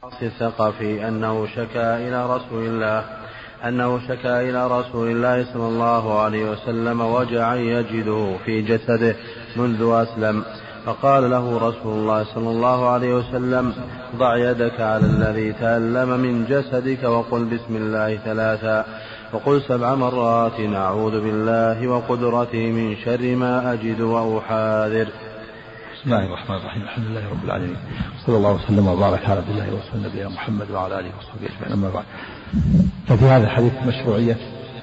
الثقفي أنه شكا إلى رسول الله صلى الله عليه وسلم وجعا يجده في جسده منذ أسلم، فقال له رسول الله صلى الله عليه وسلم: ضع يدك على الذي تألم من جسدك وقل بسم الله 3 وقل 7 مرات أعوذ بالله وقدرته من شر ما أجد وأحاذر. بسم الله الرحمن الرحيم. الحمد لله رب العالمين، صلى الله وسلم وبارك على عبد الله ورسوله نبينا محمد وعلى آله وصحبه أجمعين، أما بعد. ففي هذا الحديث مشروعية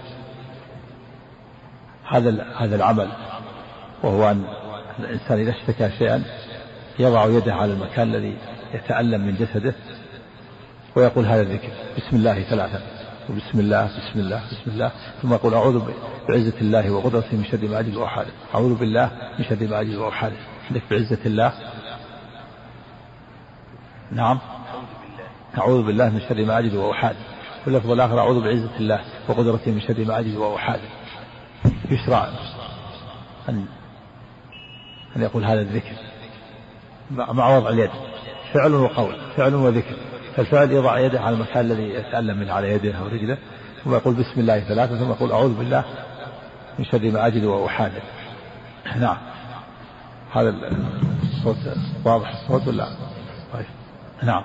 هذا العمل، وهو أن الإنسان إذا اشتكى شيئا يضع يده على المكان الذي يتألم من جسده ويقول هذا الذكر: بسم الله 3 وبسم الله بسم الله بسم الله، ثم يقول: أعوذ بعزة الله وقدرته من شر ما أجد وأحاذر. أعوذ بالله من شر ما أجد وأحاذر. عندك بعزة الله، نعم، أعوذ بالله من شر ما أجد وأحاذر. في اللفظ الآخر: أعوذ بعزة الله وقدرته من شر ما أجد وأحاذر. يشرع أن يقول هذا الذكر مع وضع اليد، فعل وقول، فعل وذكر. فالفعل يضع يده على المكان الذي يتألم منه على يده أو رجله، ثم يقول بسم الله 3، ثم يقول أعوذ بالله من شر ما أجد وأحاذر. نعم. هذا الصوت واضح الصوت ولا؟ نعم.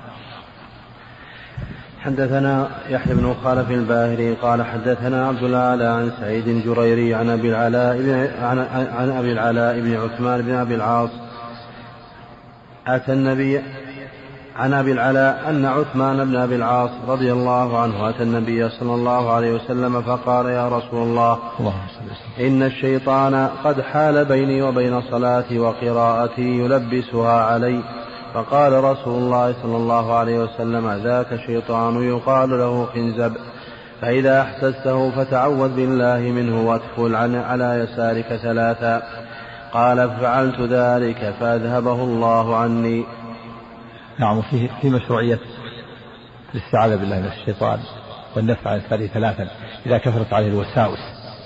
حدثنا يحيى بن خالف الباهلي قال حدثنا عبد الأعلى عن سعيد الجريري عن أبي العلاء بن عثمان بن أبي العاص أتى النبي عن أبي العلاء أن عثمان بن أبي العاص رضي الله عنه أتى النبي صلى الله عليه وسلم فقال: يا رسول الله، إن الشيطان قد حال بيني وبين صلاتي وقراءتي يلبسها علي. فقال رسول الله صلى الله عليه وسلم: ذاك شيطان يقال له خنزب، فإذا أحسسته فتعوذ بالله منه وادخل على يسارك 3. قال: ففعلت ذلك فأذهبه الله عني. نعم. في مشروعية الاستعاذة بالله من الشيطان والنفع عن يساره 3 إذا كثرت عليه الوساوس،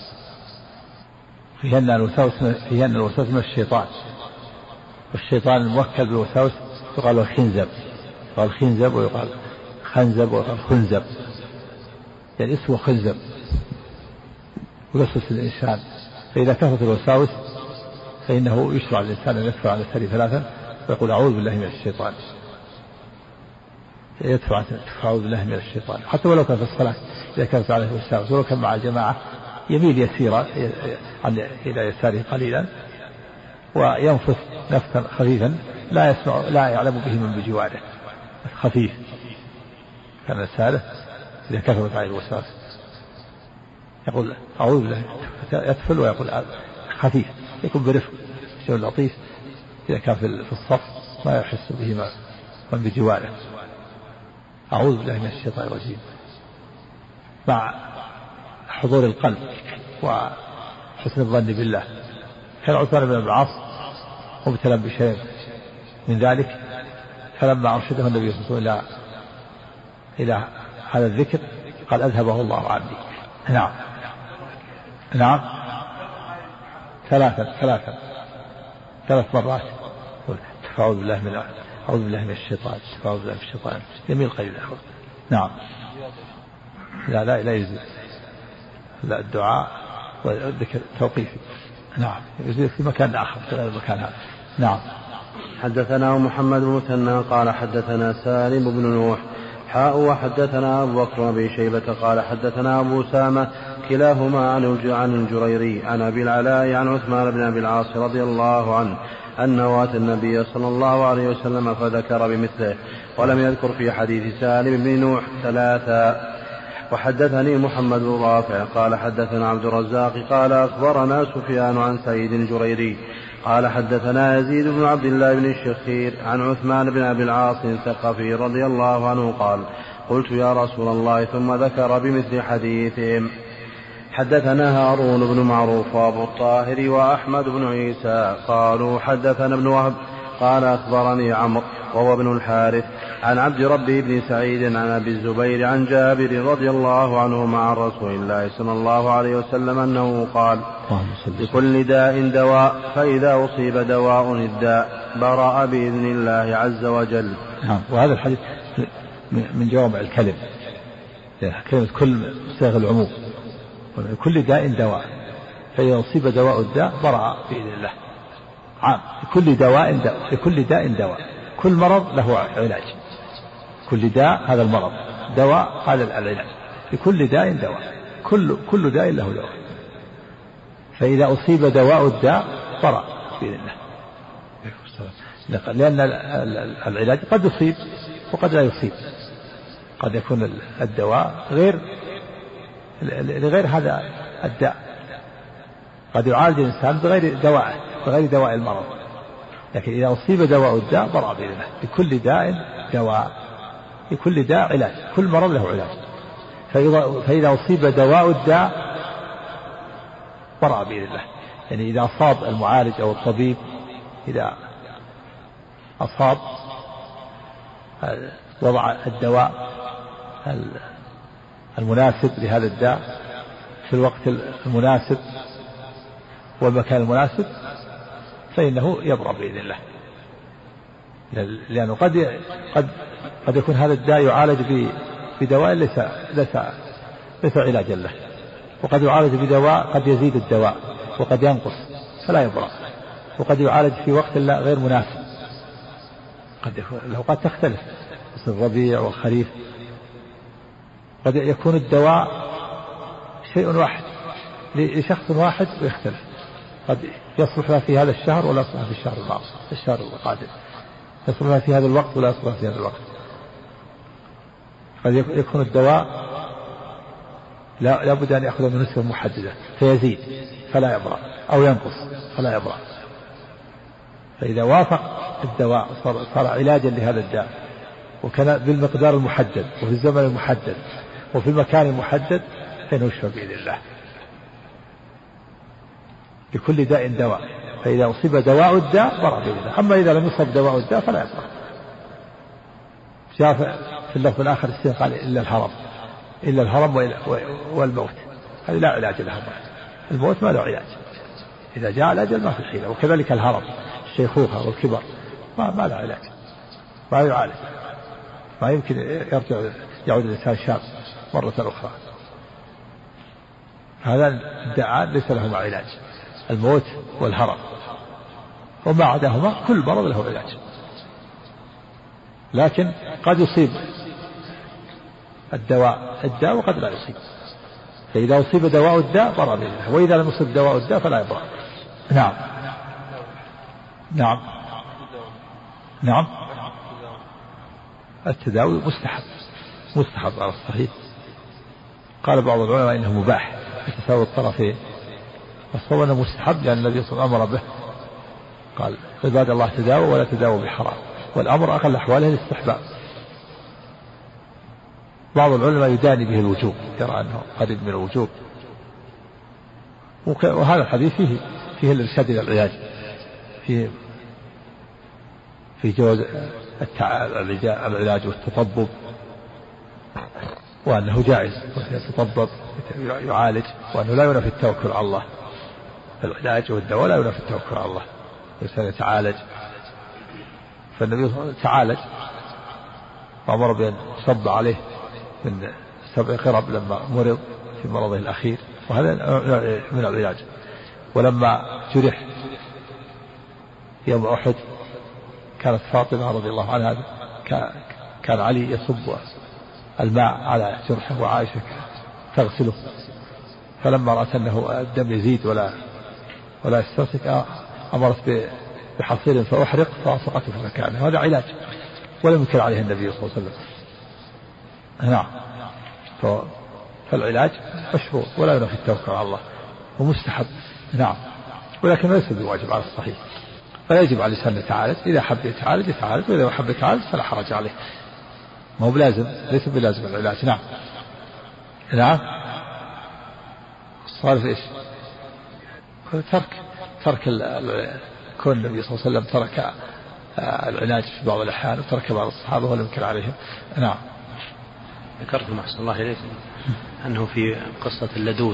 فيهن الوساوس من الشيطان، والشيطان الموكل بالوساوس يقال له خنزب، يقال خنزب ويقال خنزب ويقال خنزب، يعني اسمه خنزب يوسوس الإنسان. فإذا كثرت الوساوس فإنه يشرع الإنسان أن يدفع عن يساره 3 ويقول: أعوذ بالله من الشيطان. يدفع أعوذ بالله من الشيطان، حتى ولو كان في الصلاة إذا كانت عليه الوساوس، ولو كان مع الجماعة يميل يسيرا إلى يساره قليلا وينفث نفثا خفيفا لا يعلم به من بجواره، خفيف كان يساره إذا كثرت عليه الوساوس يقول أعوذ بالله، يدفل ويقول خفيف، يكون برفق، شيء لطيف، إذا كان في الصف ما يحس به من بجواره. أعوذ بالله من الشيطان الرجيم، مع حضور القلب وحسن الظن بالله. كان عثمان بن العاص مبتلى بشيء من ذلك، فلما أرشده النبي صلى الله عليه وسلم إلى هذا الذكر قال: أذهبه الله عني. نعم. نعم. 3 مرات. أعوذ بالله من الشيطان، أعوذ بالله من الشيطان، يميل قليلا. نعم. لا يزيد، لا الدعاء والذكر توقيفي. نعم. يزيد في مكان آخر غير المكان هذا. نعم. حدثنا محمد بن مثنى قال حدثنا سالم بن نوح وحدثنا أبو بكر بن شيبة قال حدثنا أبو أسامة كلاهما عن الجريري عن أبي العلاء عن عثمان بن أبي العاص رضي الله عنه أنه أتى النبي صلى الله عليه وسلم فذكر بمثله، ولم يذكر في حديث سالم بن نوح 3. وحدثني محمد بن رافع قال حدثنا عبد الرزاق قال أخبرنا سفيان عن سعيد الجريري قال حدثنا يزيد بن عبد الله بن الشخير عن عثمان بن أبي العاص الثقفي رضي الله عنه قال: قلت: يا رسول الله، ثم ذكر بمثل حديثهم. حدثنا هارون بن معروف وأبو الطاهر وأحمد بن عيسى قالوا حدثنا ابن وهب قال أخبرني عمرو وهو ابن الحارث عن عبد ربه بن سعيد عن أبي الزبير عن جابر رضي الله عنهما عن رسول الله صلى الله عليه وسلم أنه قال: لكل داء دواء، فإذا أصيب دواء الداء برأ بإذن الله عز وجل. وهذا الحديث من جوامع الكلم، كلمة كل صيغ العموم، كل داء دواء، فإذا أصيب دواء الداء برأ بإذن الله، عام، لكل داء دواء، كل مرض له علاج، كل داء هذا المرض، دواء هذا العلاج، لكل داء دواء، كل داء له دواء، فإذا أصيب دواء الداء برأ بإذن الله، لأن العلاج قد يصيب وقد لا يصيب، قد يكون الدواء لغير هذا الداء، قد يعالج الإنسان بغير دواء المرض، لكن إذا أصيب دواء الداء برأ بإذن الله، لكل داء دواء، لكل داء علاج، كل مرض له علاج، فإذا أصيب دواء الداء برأ بإذن الله، يعني إذا أصاب المعالج أو الطبيب، إذا أصاب وضع الدواء المناسب لهذا الداء في الوقت المناسب والمكان المناسب فإنه يبرأ بإذن الله، لأنه قد يكون هذا الداء يعالج بدواء ليس علاجا له، وقد يعالج بدواء قد يزيد الدواء وقد ينقص فلا يبرأ، وقد يعالج في وقت غير مناسب، قد تختلف مثل الربيع والخريف، قد يكون الدواء شيء واحد لشخص واحد ويختلف، قد يصلح له في هذا الشهر ولا يصلح في الشهر القادم، يصلح له في هذا الوقت ولا يصلح في هذا الوقت، قد يكون الدواء لا بد أن يأخذ من نسبة محددة فيزيد فلا يبرأ، أو ينقص فلا يبرأ، فإذا وافق الدواء صار علاجا لهذا الداء، وكان بالمقدار المحدد وفي الزمن المحدد وفي المكان المحدد فإنه يشفى بإذن الله، لكل داء دواء، فإذا أصيب دواء الداء برأ بإذن الله، أما إذا لم يصب دواء الداء فلا يبرأ. جاء في اللفظ الآخر قال إلا الهرم والموت، هذه لا علاج لها، الموت ما له علاج، إذا جاء الأجل ما في حيلة، وكذلك الهرم الشيخوخة والكبر ما له علاج، ما يعالج، ما يمكن يعود الإنسان شاب مرة أخرى، هذا الداء ليس لهما علاج، الموت والهرم، وما عداهما كل مرض له علاج، لكن قد يصيب الداء وقد لا يصيب، فإذا أصيب دواء الداء برأ بإذن الله، وإذا لم يصيب دواء الداء فلا يبرأ. نعم التداوي مستحب على الصحيح، قال بعض العلماء إنه مباح يتساوي الطرفين، والصواب أنه مستحب لأن النبي صلى الله عليه وسلم أمر به، قال عباد الله تداووا ولا تداووا بحرام، والأمر أقل أحواله الاستحباب. بعض العلماء يداني به الوجوب، يرى أنه قريب من الوجوب، وهذا الحديث فيه الإرشاد إلى العلاج، في جواز العلاج والتطبب، وأنه جائز يتطبب يعالج، وأنه لا ينافي التوكل على الله، العلاج والدواء لا ينافي التوكل على الله، الإنسان يتعالج، فالنبي تعالج وأمر بأن صب عليه من 7 قرب لما مرض في مرضه الأخير، وهذا من العلاج. ولما جرح يوم أحد كانت فاطمة رضي الله عنها كان علي يصب الماء على جرحه وعائشة تغسله، فلما رأت أنه الدم يزيد ولا يستمسك أمرت بحصير فأحرق فألصقته في مكانه، هذا علاج ولم ينكر عليه النبي صلى الله عليه وسلم. نعم، فالعلاج مشروع ولا ينافي التوكل على الله ومستحب، نعم، ولكن ليس بواجب على الصحيح، فيجب على الإنسان يتعالج، إذا حب يتعالج، وإذا ما حب يتعالج فلا حرج عليه، ما هو بلازم، ليس بلازم العلاج. نعم صار إيش؟ ترك كون النبي صلى الله عليه وسلم ترك العلاج في بعض الأحيان وترك بعض الصحابة ولم ينكر عليهم. نعم. ذكرتم أحسن الله إليكم أنه في قصة اللدود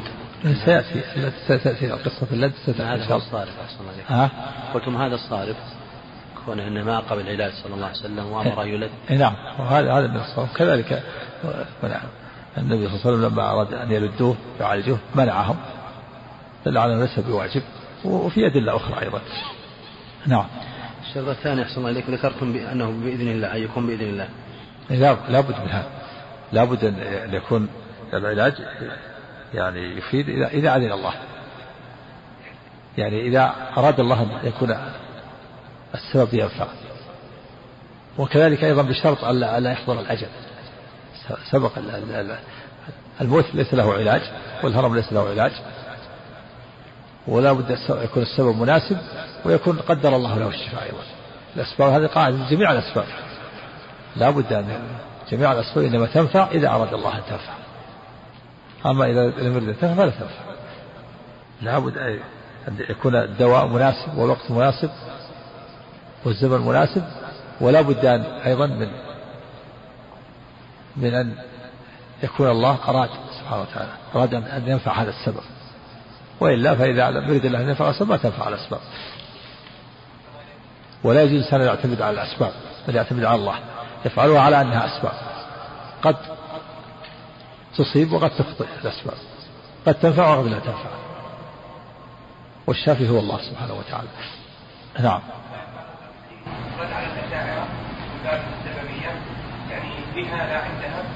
سيأتي قصة اللد، هذا الصارف أحسن الله إليكم. قلتم هذا الصارف كونه إنه ما قبل العلاج صلى الله عليه وسلم وأمر يلد. نعم، وهذا من الصواب. كذلك النبي صلى الله عليه وسلم لما أراد أن يلدوه يعالجوه منعهم، دل على ليس بواجب، وفي أدلة أخرى أيضا. نعم. الشرط الثاني أحسن الله إليك، ذكرتم بأنه بإذن الله، أن يكون بإذن الله. لا بد من هذا، لا بد أن يكون العلاج يعني يفيد إذا أذن الله، يعني إذا أراد الله أن يكون السبب ينفع. وكذلك أيضا بشرط ألا يحضر الأجل. سبق الموت ليس له علاج، والهرم ليس له علاج، ولا بد يكون السبب مناسب، ويكون قدر الله له الشفاء أيضا. الأسباب هذه قاعدة جميع الأسباب، لا بد أن جميع الأسباب إنما تنفع إذا أراد الله أن تنفع، أما إذا لم يرد تنفع فلا تنفع. لا بد أن يكون الدواء مناسب والوقت مناسب والزمن مناسب، ولا بد أن أيضا من أن يكون الله أراد سبحانه وتعالى أراد أن ينفع هذا السبب، وإلا فإذا لم يرد الله أن ينفع السبب ما تنفع الأسباب. ولا يجوز الإنسان أن يعتمد على الأسباب، بل يعتمد على الله، يفعلها على أنها أسباب، قد تصيب وقد تخطئ الأسباب، قد تنفع وقد لا تنفع، والشافي هو الله سبحانه وتعالى. نعم. رد على الأشاعرة باب السببية، يعني بها لا عندها.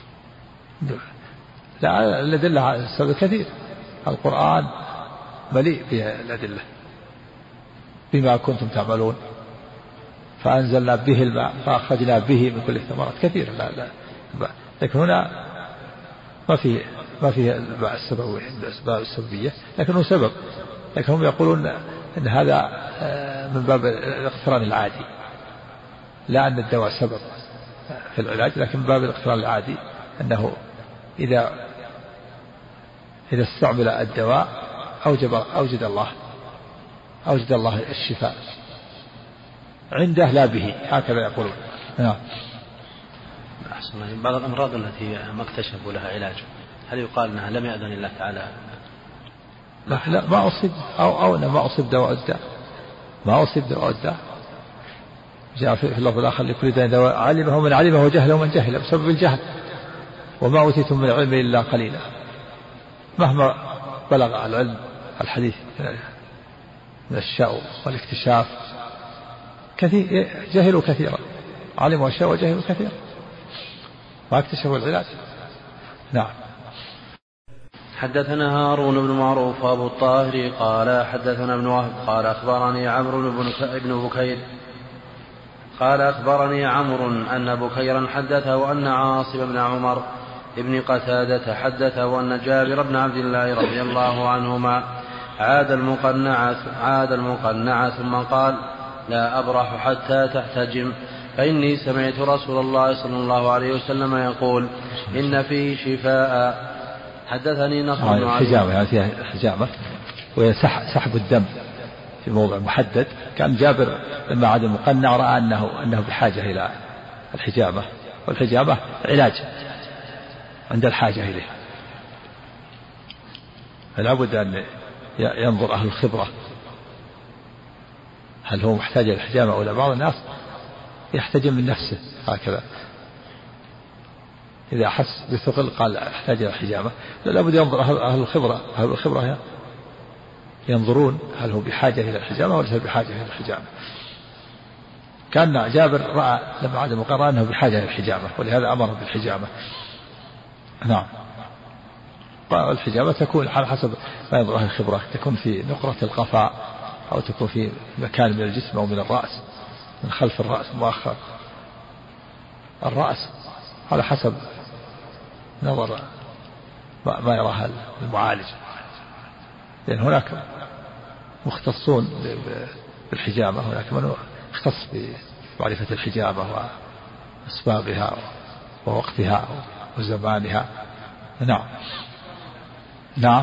لا، الأدلة على السبب كثير، القرآن مليء بالأدلة. بما كنتم تعملون فأنزلنا به الماء فأخرجنا به من كل الثمرات، كثير. لا لكن هنا ما فيه الأسباب السببية، لكنه سبب. لكن هم يقولون أن هذا من باب الاقتران العادي، لا أن الدواء سبب في العلاج، لكن من باب الاقتران العادي أنه إذا استعمل الدواء أوجد الله الشفاء عنده لا به، هكذا يقولون. نعم. بعض الأمراض التي ما اكتشفوا لها علاج، هل يقال أنها لم يأذن الله تعالى؟ لا ما أصيب أو ما أصيب دواء الداء، ما أصيب دواء الداء. جاء في اللفظ الآخر لكل داء دواء، علمه من علمه وجهله من جهله، بسبب الجهل. وما أوتيتم من العلم إلا قليلا. مهما بلغ العلم الحديث من الشاء والاكتشاف كثير، جهلوا كثيرا، علموا أشياء وجهلوا كثيرا، ما اكتشفوا العلاج. نعم. حدثنا هارون بن معروف أبو الطاهر قال حدثنا ابن وهب قال أخبرني عمرو بن بكير قال أخبرني عمرو أن بكيرا حدثه أن عاصم بن عمر ابن قتادة حدثه أن جابر بن عبد الله رضي الله عنهما عاد المقنع ثم قال: لا أبرح حتى تحتجم، فإني سمعت رسول الله صلى الله عليه وسلم يقول: إن فيه شفاء. حدثني نصر بن علي. الحجامة يعني فيها حجامة وهي سحب الدم في موضع محدد. كان جابر لما عاد المقنع رأى أنه بحاجة إلى الحجامة، والحجامة علاج عند الحاجة إليه، فلا بد أن ينظر أهل الخبرة هل هو محتاج إلى الحجامة أو لا. بعض الناس يحتجم من نفسه هكذا، إذا أحس بثقل قال أحتاج إلى الحجامة. لا بد ينظر أهل الخبرة ينظرون هل هو بحاجة إلى الحجامة ولا بحاجة إلى الحجامة. كان جابر رأى لما عاد المقرر أنه بحاجة إلى الحجامة، ولهذا أمر بالحجامة. نعم. الحجامة تكون على حسب ما ينظر أهل الخبرة، تكون في نقرة القفاء أو تكون في مكان من الجسم أو من الرأس، من خلف الرأس مؤخر الرأس، على حسب نظر ما يراه المعالج، لأن هناك مختصون بالحجامة، هناك من يختص بمعرفة الحجامة وأسبابها ووقتها وزمانها. نعم. نعم.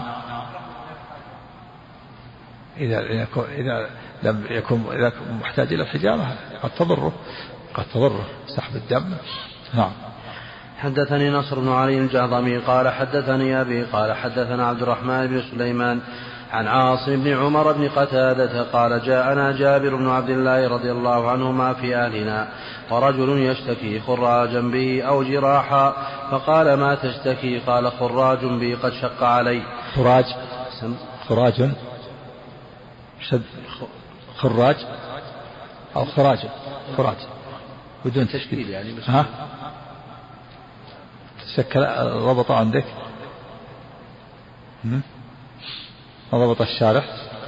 إذا لم يكن محتاج إلى الحجامة قد تضره سحب الدم. نعم. حدثني نصر بن علي الجهضمي قال حدثني أبي قال حدثنا عبد الرحمن بن سليمان عن عاصم بن عمر بن قتادة قال جاءنا جابر بن عبد الله رضي الله عنهما في أهلنا ورجل يشتكي خراجا به أو جراحا فقال ما تشتكي؟ قال خراج بي قد شق علي. خراج خراج أو خراج بدون تشكيل يعني بس ها تشكل ضبط عندك ضبط الشارح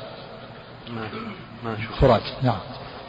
ما شوف. خراج نعم.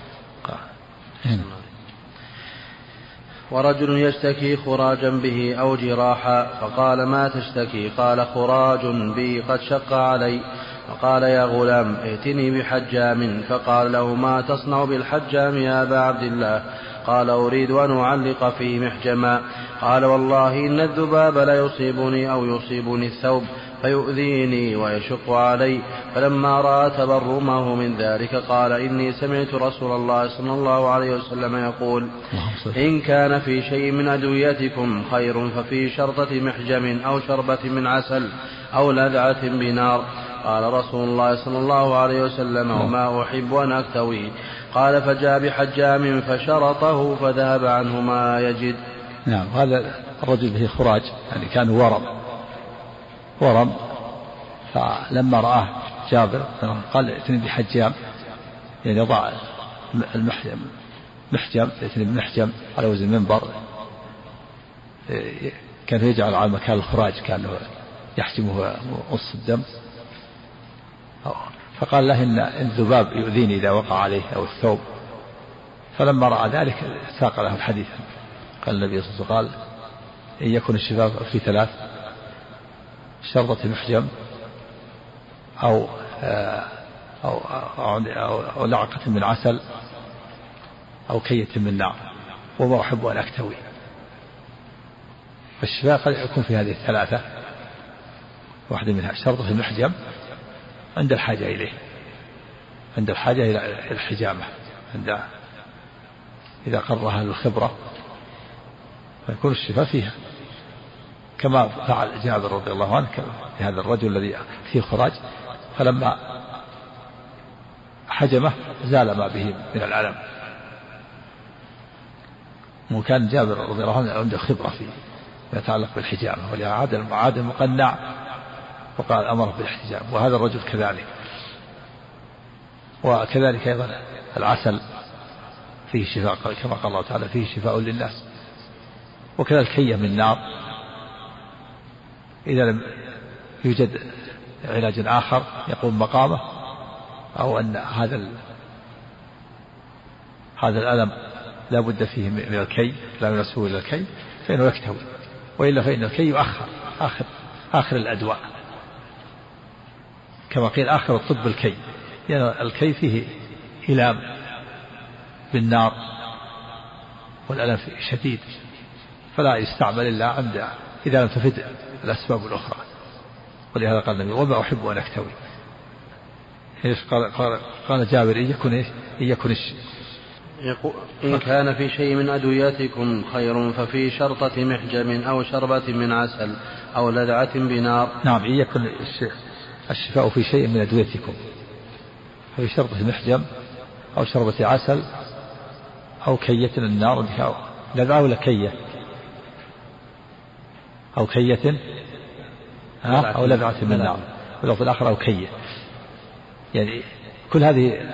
ورجل يشتكي خراجا به أو جراحا فقال ما تشتكي؟ قال خراج بي قد شق علي. فقال يا غلام ائتني بحجام. فقال له ما تصنع بالحجام يا أبا عبد الله؟ قال أريد أن أعلق فيه محجما. قال والله إن الذباب لا يصيبني أو يصيبني الثوب فيؤذيني ويشق علي. فلما رأى تبرمه من ذلك قال إني سمعت رسول الله صلى الله عليه وسلم يقول إن كان في شيء من أدويتكم خير ففي شرطة محجم أو شربة من عسل أو لذعة بنار. قال رسول الله صلى الله عليه وسلم وما أحب أن أكتوي. قال فجاء بحجام فشرطه فذهب عنه ما يجد. نعم. هذا الرجل به خراج يعني كان ورم فلما رآه جابر قال ائتني بحجام يعني يضع محجم ائتني بمحجم على وزن المنبر كان يجعل على مكان الخراج كان يحجمه قص الدم. فقال له إن الذباب يؤذيني إذا وقع عليه أو الثوب. فلما رأى ذلك ساق له الحديث. قال النبي صلى الله عليه وسلم قال إن يكن الشفاء في ثلاث شربة محجم أو لعقة من عسل أو كية من نار وما أحب أن أكتوي. فالشفاء قد يكون في هذه الثلاثة واحدة منها شربة المحجم عند الحاجة إليه عند الحاجة إلى الحجامة إذا قرها الخبرة فيكون الشفاء فيها كما فعل جابر رضي الله عنه هذا الرجل الذي فيه خراج فلما حجمه زال ما به من الألم. وكان جابر رضي الله عنه عنده خبرة فيما يتعلق بالحجامة ولهذا عاد المقنع وقال أمره بالاحتجام. وهذا الرجل كذلك. وكذلك أيضا العسل فيه شفاء كما قال الله تعالى فيه شفاء للناس. وكذلك كية من نار إذا لم يوجد علاج آخر يقوم مقامه أو أن هذا الألم لا بد فيه من الكي لا ينسبه إلى الكي فإنه يكتوي وإلا فإن الكي يؤخر آخر الأدواء كما قيل آخر الطب الكي يعني الكي فيه إلام بالنار والألم فيه شديد فلا يستعمل إلا عند إذا لم تفد الأسباب الأخرى. ولهذا قال النبي وما أحب أن أكتوي. قال جابر إن يكن إن كان في شيء من أدويتكم خير ففي شرطة محجم أو شربة من عسل أو لذعة بنار. نعم. إن يكن الشفاء في شيء من أدويتكم في شربة محجم أو شربة عسل أو كية النار لذعة ولا كية أو كية أو لذعة من النار واللفظ الآخر أو كية يعني كل هذه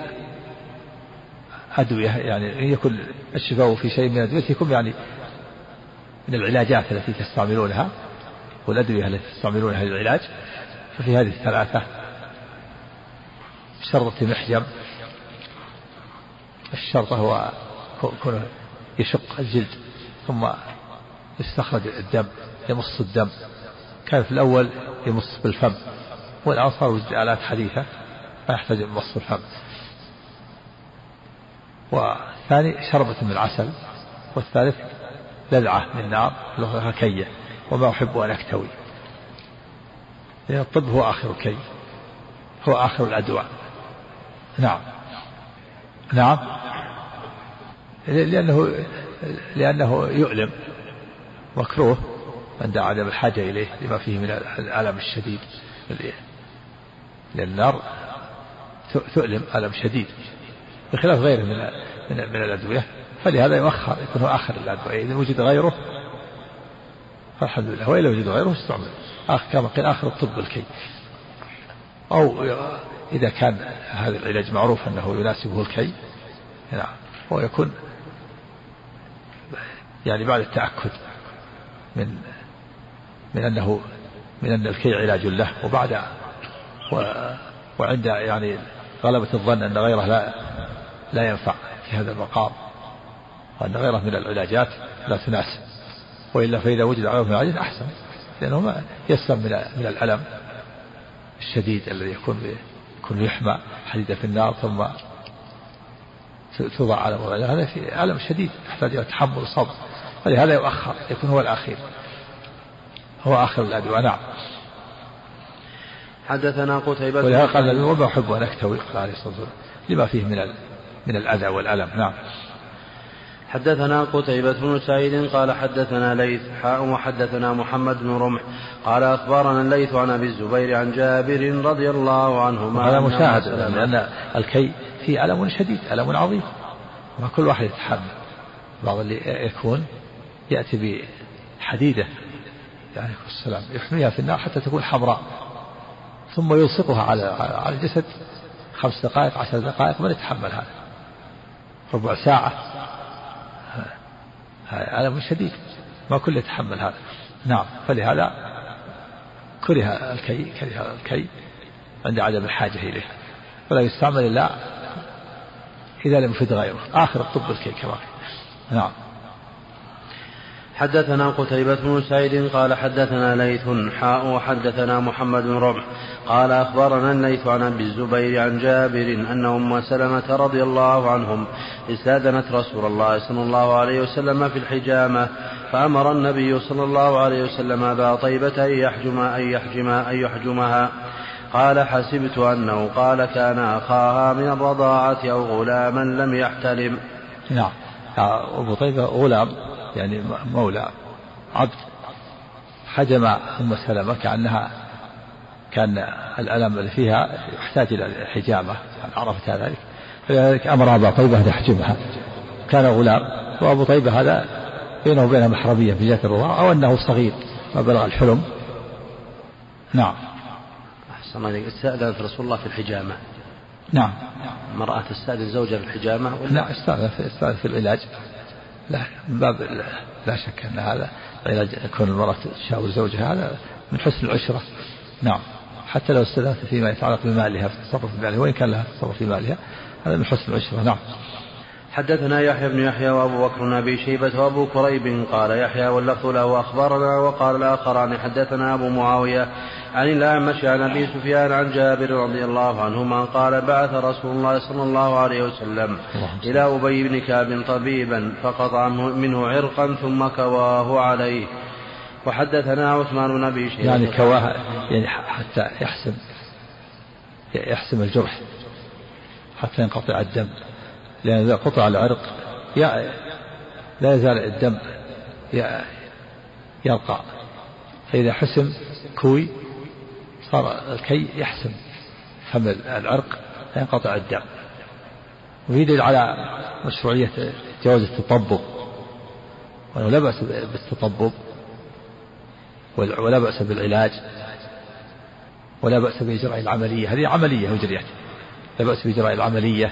أدوية يعني يكون الشفاء في شيء من أدويتكم يعني من العلاجات التي تستعملونها والأدوية التي تستعملونها للعلاج. ففي هذه الثلاثة شرطة محجم الشرطة هو يشق الجلد ثم يستخرج الدم يمص الدم. كان في الأول يمص بالفم والآن صار وجد آلات حديثة ما يحتاج مص الفم. والثاني شربة من العسل والثالث لذعة من النار لغة كية وما أحب أن أكتوي. لأن الطب هو آخر الكي هو آخر الأدواء. نعم لأنه يؤلم مكروه عند عدم الحاجة إليه لما فيه من الألم الشديد. لأن النار تؤلم ألم شديد بخلاف غيره من الأدوية، فلهذا يؤخر، يكون هو آخر الأدوية. إذا وجد غيره فالحمد لله، وإذا وجد غيره استعمل كما قيل آخر الطب الكي. أو إذا كان هذا العلاج معروف أنه يناسبه الكي، نعم، ويكون يعني بعد التأكد من أن الكي علاج له، وعند يعني غلبة الظن أن غيره لا ينفع في هذا المقام، وأن غيره من العلاجات لا تناسب، وإلا فإذا وجد غيره من العلاجات أحسن، لأنه ما يسلم من الألم الشديد الذي يكون يحمى حديدة في النار ثم توضع على موضع، هذا في ألم شديد يحتاج إلى تحمل وصبر، ولهذا يؤخر، يكون هو الأخير، هو آخر الأدوية. نعم. حدثنا قتيبة، ولهذا قال النبي وما أحب أن أكتوي عليه الصلاة والسلام لما فيه من الأذى والألم. نعم. حدثنا قتيبة بن سعيد قال حدثنا ليث وحدثنا محمد بن رمح قال أخبرنا الليث عن أبي الزبير عن جابر رضي الله عنهما. هذا مشاهد، لأن الكي فيه ألم شديد، ألم عظيم، ما كل واحد يتحمل. بعض اللي يكون يأتي بحديدة يعني السلام يحميها في النار حتى تكون حمراء، ثم يلصقها على الجسد 5 دقائق 10 دقائق، من يتحمل هذا؟ ربع ساعة، هذا ألم شديد، ما كل يتحمل هذا. نعم. فلهذا كره الكي عند عدم الحاجة إليه، ولا يستعمل إلا إذا لم يفيد غيره، آخر الطب الكي كما. نعم. حدثنا قتيبة بن سعيد قال حدثنا ليث وحدثنا محمد بن رمح قال أخبرنا الليث عن أبي الزبير عن جابر أن أم سلمة رضي الله عنهم استأذنت رسول الله صلى الله عليه وسلم في الحجامة، فأمر النبي صلى الله عليه وسلم أبا طيبة أن يحجمها. قال حسبت أنه قال كان أخاها من الرضاعة أو غلاما لم يحتلم. نعم. أبو طيبة غلام يعني مولى عبد، حجم أم سلمة كان الألم اللي فيها يحتاج إلى الحجامة، عرفت ذلك، فلذلك أمر أبا طيبة أن يحجمها. كان غلام، وأبو طيبة هذا بينه وبينها محرمية في جهة الرضاعة، أو أنه صغير ما بلغ الحلم. نعم. أحسن عليك. استأذنت رسول الله في الحجامة. نعم. المرأة تستأذن زوجها في الحجامة؟ لا، استأذن في العلاج، لا من باب لا شك أن هذا علاج، يكون المرأة تشاور زوجها هذا من حسن العشرة. نعم. حتى لو استأذنت فيما يتعلق بمالها، في التصرف بمالها، وإن كان لها تصرف في مالها، هذا من حسن العشرة. نعم. حدثنا يحيى بن يحيى وأبو بكر بن أبي شيبة وأبو كريب قال يحيى واللفظ له أخبرنا، وقال الآخران حدثنا أبو معاوية عن الأعمش عن أبي سفيان عن جابر رضي الله عنهما قال بعث رسول الله صلى الله عليه وسلم إلى أبي بن كعب طبيبا فقطع منه عرقا ثم كواه عليه. وحدثنا عثمان بن أبي شيبة يعني كواه يعني حتى يحسم الجرح حتى ينقطع الدم، لأن إذا قطع العرق لا يزال الدم يرقى، فإذا حسم كوي صار الكي يحسم فم العرق فينقطع الدم. ويدل على مشروعية جواز التطبب، وأنه لا بأس بالتطبب ولا بأس بالعلاج ولا بأس بإجراء العملية، هذه عملية أجريت، لا بأس بإجراء العملية،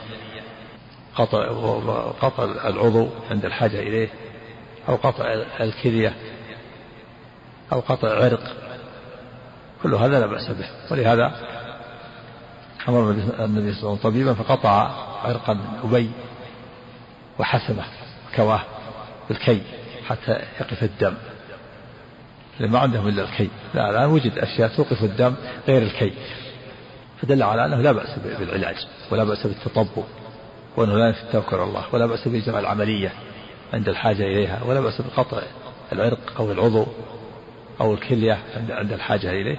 قطع العضو عند الحاجة إليه، أو قطع الكلية، أو قطع عرق، كل هذا لا بأس به. ولهذا أمر النبي صلى الله عليه وسلم طبيبا فقطع عرقا أبي وحسمه كواه بالكي حتى يقف الدم، لما عندهم إلا الكي. لا وجد أشياء توقف الدم غير الكي، فدل على أنه لا بأس بالعلاج ولا بأس بالتطبب، وأنه لا ينفي التوكل على الله، ولا بأس بإجراء العملية عند الحاجة إليها، ولا بأس بقطع العرق أو العضو أو الكلية عند الحاجة إليه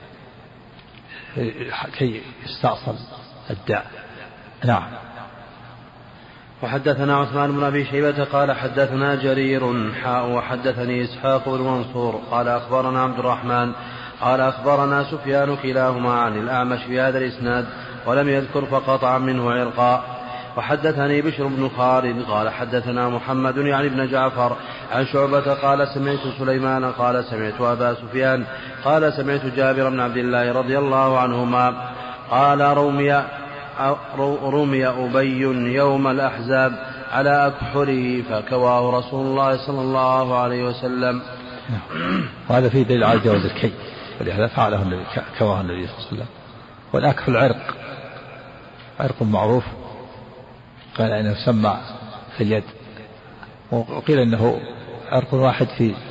كي يستأصل الداء. نعم. وحدثنا عثمان بن أبي شيبة قال حدثنا جرير وحدثني إسحاق بن منصور قال أخبرنا عبد الرحمن قال أخبرنا سفيان كلاهما عن الأعمش في هذا الإسناد ولم يذكر فقطع منه عرقا. وحدثني بشر بن خالد قال حدثنا محمد يعني بن جعفر عن شعبة قال سمعت سليمان قال سمعت أبا سفيان قال سمعت جابر بن عبد الله رضي الله عنهما قال رمي أبي يوم الأحزاب على أكحله فكواه رسول الله صلى الله عليه وسلم. وهذا فيه دليل على جواز الكي، ولهذا فعله النبي، كواه النبي صلى الله عليه وسلم. والأكحل عرق معروف، قال إنه يسمى في اليد، وقيل إنه عرق واحد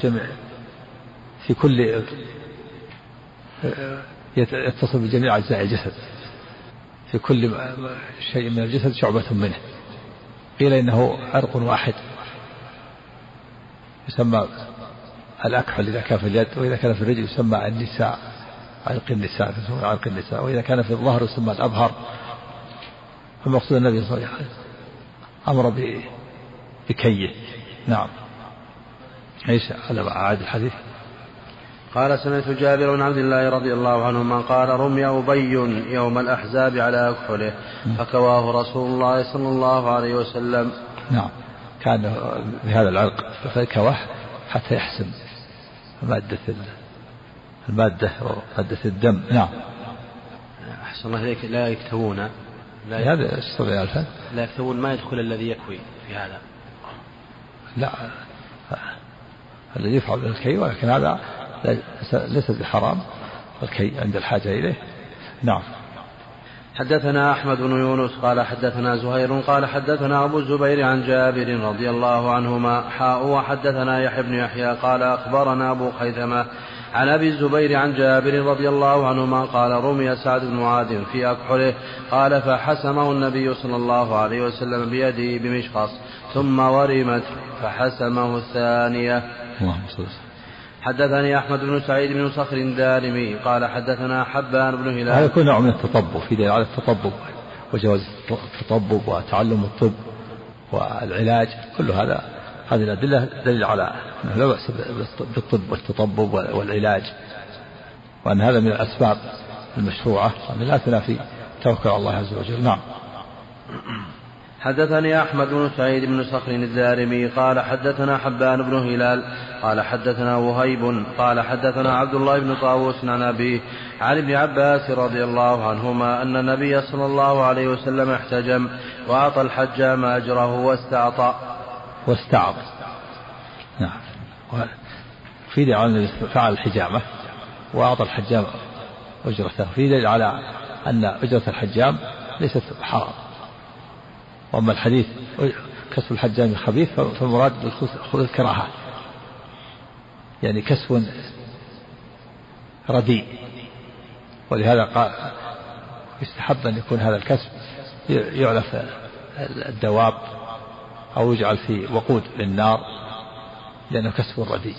في كل يتصل بجميع أجزاء الجسد، في كل شيء من الجسد شعبة منه. قيل إنه عرق واحد يسمى الأكحل إذا كان في اليد، وإذا كان في الرجل يسمى النساء، عرق النساء، وإذا كان في الظهر يسمى الأبهر. فالمقصود النبي صلى الله عليه وسلم أمر بكيه. نعم. ايش على أعاد الحديث؟ قال سمعت جابر بن عبد الله رضي الله عنهما قال رمي أبي يوم الأحزاب على أكحله فكواه رسول الله صلى الله عليه وسلم. نعم، كان بهذا العرق فكواه حتى يحسم المادة ومادة الدم. نعم. أحسن الله إليك. لا يكتوون، هذا لا يكتوون، ما يدخل الذي يكوي في هذا. لا، الذي يفعل الكي، ولكن هذا ليس بحرام الكي عند الحاجة إليه. نعم. حدثنا أحمد بن يونس قال حدثنا زهير قال حدثنا أبو الزبير عن جابر رضي الله عنهما وحدثنا يحيى بن يحيى قال أخبرنا أبو خيثمة عن أبي الزبير عن جابر رضي الله عنهما قال رمي سعد بن معاذ في أكحله قال فحسمه النبي صلى الله عليه وسلم بيده بمشخص ثم ورمت فحسمه الثانية. حدثني أحمد بن سعيد بن صخر الدارمي قال حدثنا حبان بن هلال. هذا يكون نوع من التطبب، في دليل على التطبب وجواز التطبب وتعلم الطب والعلاج، كل هذه الأدلة دليل على أنه لا بأس بالطب والتطبب والعلاج، وأن هذا من الأسباب المشروعة، وأن لا تنافي توكل على الله عز وجل. نعم. حدثني أحمد بن سعيد بن صخر الدارمي قال حدثنا حبان بن هلال قال حدثنا وهيب قال حدثنا عبد الله بن طاووس عن أبيه عن ابن عباس رضي الله عنهما أن النبي صلى الله عليه وسلم احتجم وأعطى الحجام أجره واستعط. نعم. في دليل على أن فعل الحجامة وأعطى الحجام أجرته، في دليل على أن أجرة الحجام ليست حرام. وأما الحديث كسب الحجام خبيث فالمراد بالخبث الكراهة، يعني كسب رديء، ولهذا قال يستحب أن يكون هذا الكسب يعلف الدواب أو يجعل في وقود للنار لأنه كسب رديء،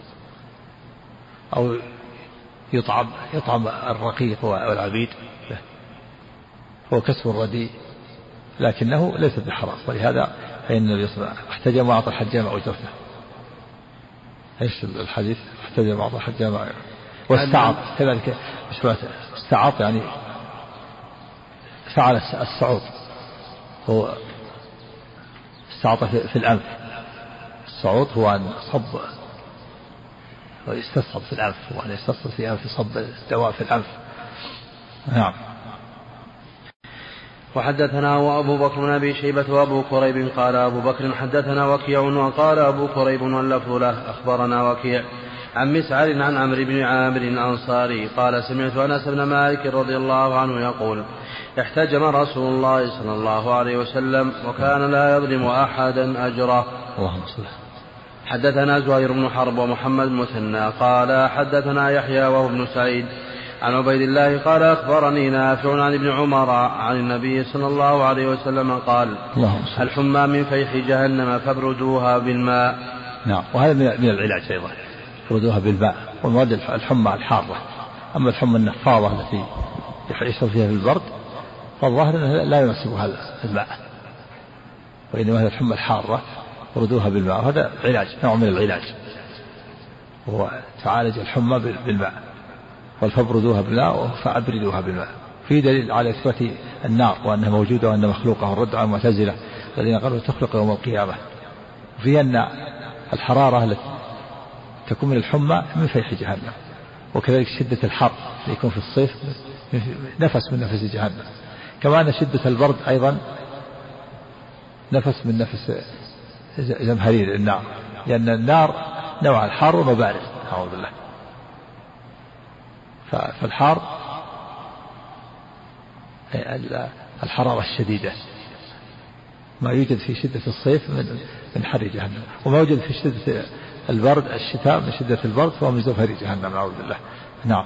أو يطعم الرقيق والعبيد، هو كسب رديء لكنه ليس بحرام. ولهذا فإن النبي صلى الله عليه وسلم احتجم وأعطى الحجام أجرته. ايش الحديث؟ احتجم وأعطى الحجام واستعط كذلك. استعط يعني فعل الصعود، هو استعط في الأنف. الصعود هو أن صب ويستصب في الأنف، وأن يستصب في أنف صب الدواء في الأنف. نعم. وحدثنا وأبو بكر بن أبي شيبة وأبو كريب قال أبو بكر حدثنا وكيع وقال أبو كريب واللفظ له أخبرنا وكيع عن مسعر عن عمرو بن عامر الأنصاري قال سمعت أنس بن مالك رضي الله عنه يقول احتجم رسول الله صلى الله عليه وسلم وكان لا يظلم أحدا أجره. حدثنا زهير بن حرب ومحمد المثنى قال حدثنا يحيى وهو ابن سعيد عن عبيد الله قال أخبرني نافع عن ابن عمر عن النبي صلى الله عليه وسلم قال الحمى من فيح جهنم فابردوها بالماء. نعم. وهذا من العلاج أيضا، فابردوها بالماء، والمراد الحمى الحارة. أما الحمى النفاضة التي يحصل فيها في البرد فالظاهر أنه لا يناسبها الماء، وإنما هذا الحمى الحارة فابردوها بالماء، وهذا علاج، نوع من العلاج، وهو تعالج الحمى بالماء. فابردوها بالماء فأبردوها بالماء. في دليل على إثبات النار وأنها موجودة وأنها مخلوقة، والرد على المعتزلة الذين قالوا تخلق يوم القيامة. وفي أن الحرارة التي تكون من الحمى من فيح جهنم، وكذلك شدة الحر اللي يكون في الصيف نفس من نفس جهنم، كما أن شدة البرد أيضا نفس من نفس زمهرير النار، لأن النار نوع الحار وبارد أعوذ بالله. فالحار الحرارة الشديدة ما يوجد في شدة الصيف من حر جهنم، وما يوجد في شدة البرد الشتاء من شدة البرد فهو من زمهر جهنم أعوذ بالله. نعم.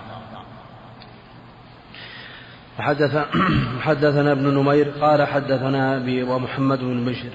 حدثنا ابن نمير قال حدثنا أبي ومحمد بن بشر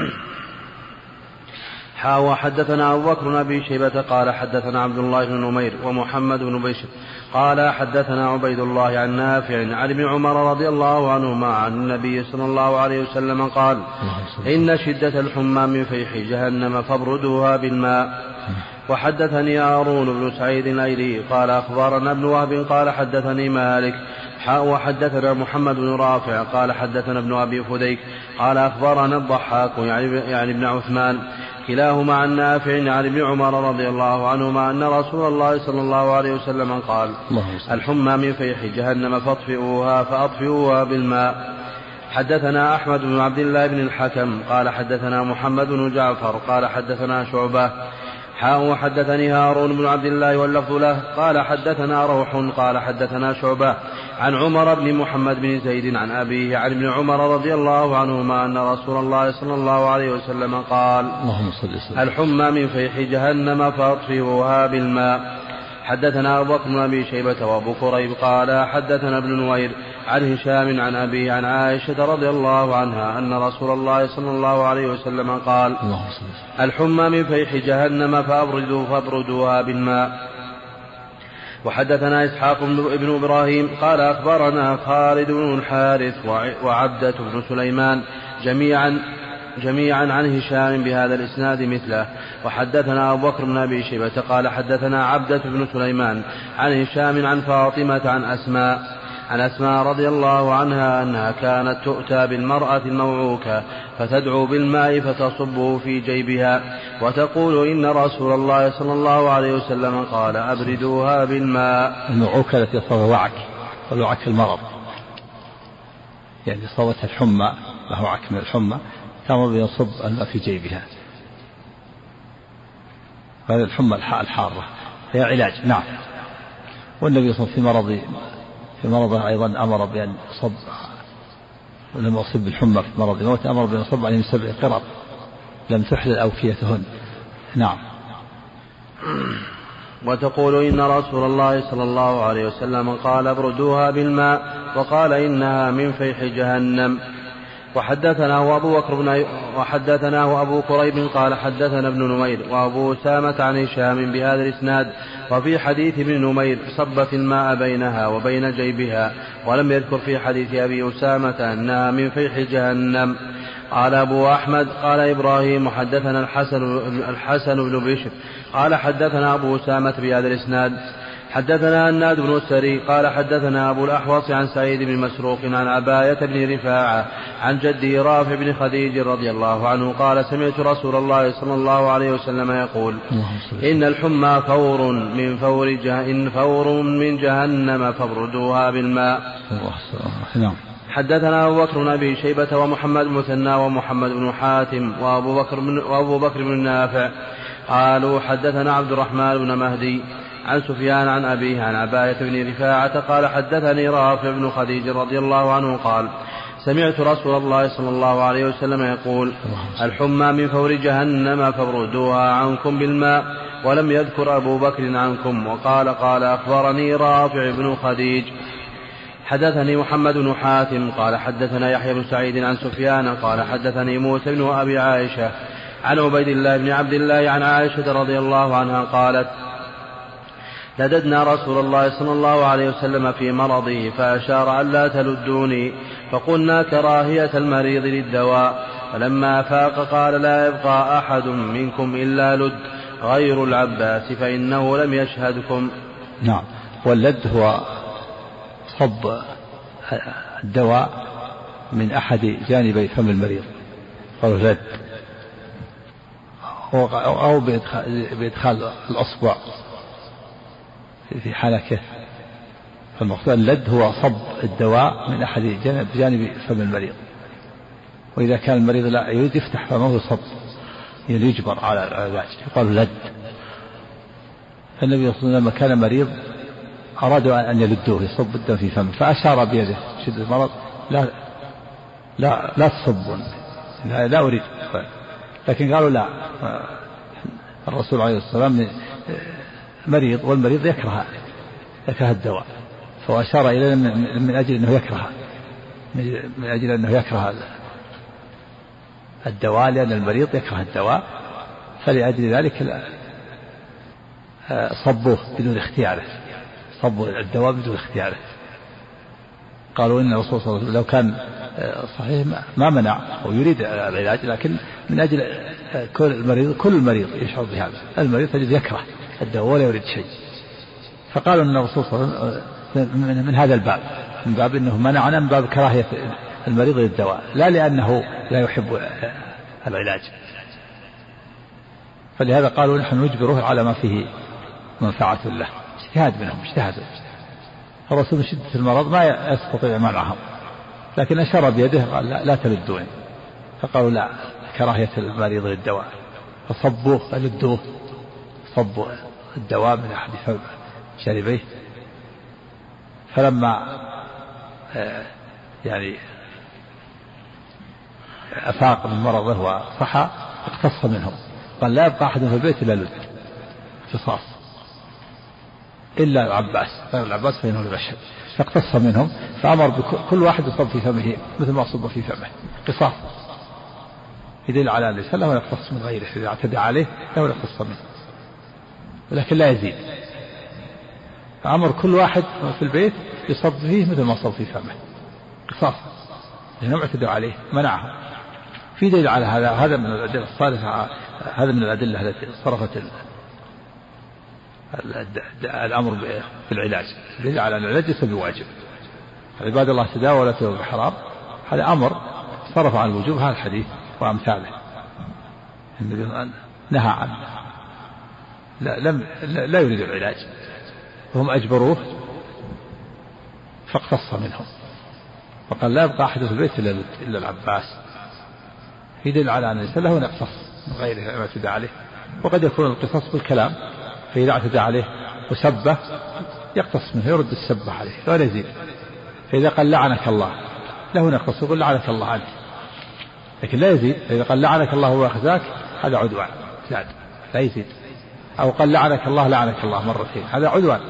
وحدثنا أبو بكر بن أبي شيبة قال حدثنا عبد الله بن نمير ومحمد بن بشر قال حدثنا عبيد الله عن نافع عن ابن عمر رضي الله عنهما عن النبي صلى الله عليه وسلم قال إن شدة الحمى من فيح جهنم فابردوها بالماء. وحدثني هارون بن سعيد الأيلي قال أخبرنا ابن وهب قال حدثني مالك وحدثنا محمد بن رافع قال حدثنا ابن أبي فديك قال أخبرنا الضحاك يعني ابن عثمان كلاهما عن نافع عن ابن عمر رضي الله عنهما أن رسول الله صلى الله عليه وسلم قال الحمى من فيح جهنم فأطفئوها بالماء. حدثنا أحمد بن عبد الله بن الحكم قال حدثنا محمد بن جعفر قال حدثنا شعبة وحدثني هارون بن عبد الله واللفظ له قال حدثنا روح قال حدثنا شعبة عن عمر بن محمد بن زيد عن أبيه عن ابن عمر رضي الله عنهما أن رسول الله صلى الله عليه وسلم قال الحمى من فيح جهنم فأطفئوها بالماء. حدثنا أبو بكر بن أبي شيبة وأبو كريب قال حدثنا ابن نوير عن هشام عن أبيه عن عائشة رضي الله عنها أن رسول الله صلى الله عليه وسلم قال الحمى من فيح جهنم فابردوها بالماء. وحدثنا إسحاق بن إبراهيم قال أخبرنا خالد بن الحارث وعبدة بن سليمان جميعا عن هشام بهذا الإسناد مثله. وحدثنا أبو بكر بن أبي شيبة قال حدثنا عبدة بن سليمان عن هشام عن فاطمة عن أسماء رضي الله عنها أنها كانت تؤتى بالمرأة الموعوكة فتدعو بالماء فتصبه في جيبها وتقول إن رسول الله صلى الله عليه وسلم قال أبردوها بالماء. الموعوكة التي يصابها وعك والوعك المرض، يعني صابتها الحمى له وعك من الحمى تأمر بيصب الماء في جيبها، هذا الحمى الحارة هي علاج. نعم. والنبي صلى الله عليه وسلم في مرضه أيضا أمر بأن يصب، لما أصيب بالحمى في مرض الموت أمر بأن يصب عليهم 7 قرط لم تحلل أوكيتهن. نعم. وتقول إن رسول الله صلى الله عليه وسلم قال ابردوها بالماء وقال إنها من فيح جهنم. وحدثناه أبو كريب قال حدثنا ابن نمير وأبو أسامة عن هشام بهذا الإسناد. وفي حديث ابن نمير صبت الماء بينها وبين جيبها، ولم يذكر في حديث أبي أسامة أنها من فيح جهنم. قال أبو أحمد قال إبراهيم حدثنا الحسن بن بشر قال حدثنا أبو أسامة بهذا الإسناد. حدثنا الناد بن السري قال حدثنا أبو الأحوص عن سعيد بن مسروق عن عباية بن رفاعة عن جده رافع بن خديج رضي الله عنه قال سمعت رسول الله صلى الله عليه وسلم يقول إن الحمى فور من جهنم فابردوها بالماء. حدثنا أبو بكر بن أبي شيبة ومحمد بن مثنى ومحمد بن حاتم وأبو بكر بن نافع قالوا حدثنا عبد الرحمن بن مهدي عن سفيان عن أبيه عن عباية بن رفاعة قال حدثني رافع بن خديج رضي الله عنه قال سمعت رسول الله صلى الله عليه وسلم يقول الحمى من فور جهنم فابردوها عنكم بالماء، ولم يذكر أبو بكر عنكم. وقال أخبرني رافع بن خديج. حدثني محمد بن حاتم قال حدثنا يحيى بن سعيد عن سفيان قال حدثني موسى بن أبي عائشة عن عبيد الله بن عبد الله عن عائشة رضي الله عنها قالت لددنا رسول الله صلى الله عليه وسلم في مرضه فأشار أن لا تلدوني، فقلنا كراهية المريض للدواء، فلما أفاق قال لا يبقى أحد منكم إلا لد غير العباس فإنه لم يشهدكم. نعم. واللد هو صب الدواء من أحد جانبي فم المريض، قالوا لد، أو بإدخال الأصبع في حنكه. فالمقصود اللد هو صب الدواء من أحد جانب فم المريض، وإذا كان المريض لا يريد يفتح فمه يصب، يعني يجبر على العلاج، يقال لد. النبي صلى الله عليه وسلم لما كان مريض أرادوا أن يلدوه يصب الدم في فمه، فأشار بيده شدة المرض لا تصبون، لا أريد. لكن قالوا لا، الرسول عليه الصلاة والسلام مريض، والمريض يكره الدواء، فأشار إليه من أجل أنه يكره الدواء، لأن المريض يكره الدواء، فلأجل ذلك صبوه بدون اختياره، صبوا الدواء بدون اختياره. قالوا إن الرسول صلى الله عليه وسلم لو كان صحيح ما منع ويريد العلاج، لكن من أجل كل المريض يشعر بهذا، المريض تجد يكره الدواء ولا يريد شيء، فقالوا أن الرسول صلى الله عليه وسلم من هذا الباب، من باب أنه منعنا، من باب كراهية المريض للدواء، لا لأنه لا يحب العلاج. فلهذا قالوا نحن نجبره على ما فيه منفعة له، اجتهاد منهم، اجتهادوا. الرسول من شدة المرض ما يستطيع منعهم، لكن أشار بيده قال لا تلدوني، فقالوا لا، كراهية المريض للدواء، فصبوه لدوه، صبوا الدواء من أحد شاربيه. فلما يعني أفاق من مرضه وصحى اقتص منهم، قال لا يبقى أحد في البيت إلا لد، اختصاص، إلا العباس، غير العباس فإنه لبشر، فاقتص منهم، فأمر بكل واحد يصب في فمه مثل ما صب في فمه، قصاص، يدل على أن ليس له يقتص من غيره، إذا اعتدى عليه له يقتص منه، ولكن لا يزيد. فأمر كل واحد في البيت يصب فيه مثل ما صب في فمه، قصاص، لأنهم اعتدوا عليه، منعهم. في دليل على هذا من الأدلة الصالحة، هذا من الأدلة التي صرفت الأمر بالعلاج، دليل على أن العلاج ليس بواجب. عباد الله تداووا ولا تداووا بحرام، هذا أمر صرف عن الوجوب، هذا الحديث وأمثاله النبي نهى عنه، لا يريد العلاج، وهم أجبروه فاقتص منهم، وقال لا يبقى أحد في البيت إلا العباس، يدل على أن ليس له يقتص من غيره ما اعتدى عليه. وقد يكون القصاص بالكلام، فإذا اعتدى عليه وسبه يقتص منه، يرد السبه عليه ولا يزيد. فإذا قال لعنك الله له نقتص، يقول لعنك الله عنك، لكن لا يزيد. فإذا قال لعنك الله وأخزاك هذا عدوان، زاد لا يزيد. أو قال لعنك الله مرتين، هذا عدوان.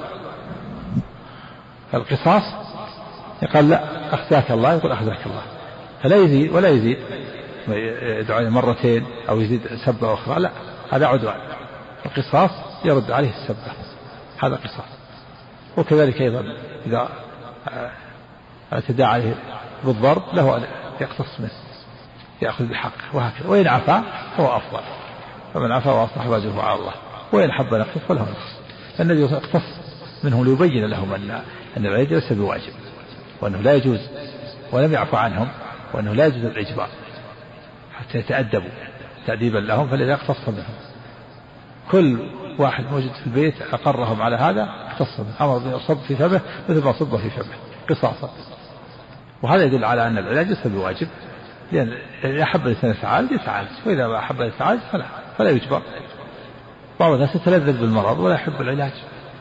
القصاص يقال لا أخزاك الله، يقول أخزاك الله، فلا يزيد ولا يزيد، يدعو مرتين أو يزيد سبة أخرى، لا، هذا عدوان. القصاص يرد عليه السبة، هذا قصاص. وكذلك أيضا إذا اعتدى عليه بالضرب له أن يقتص منه، يأخذ بحقه، وهكذا. وإن عفا هو أفضل، فمن عفا وأصلح فأجره على الله، وإن حب نقص فله نقص. النبي اقتص منهم ليبين لهم أن العلاج ليس بواجب، وأنه لا يجوز، ولم يعفو عنهم، وأنه لا يجوز الإجبار حتى يتأدبوا تأديبا لهم، فلذا اقتص منهم. كل واحد موجود في البيت أقرهم على هذا، اقتص منه، أمر بأن يصب في فمه مثل ما صب في فمه، قصاصا. وهذا يدل على أن العلاج ليس بواجب، لأن إذا أحب الإنسان يتعالج يتعالج، وإذا ما أحب يتعالج فلا يجبر. بعض الناس يتلذذ بالمرض ولا يحب العلاج.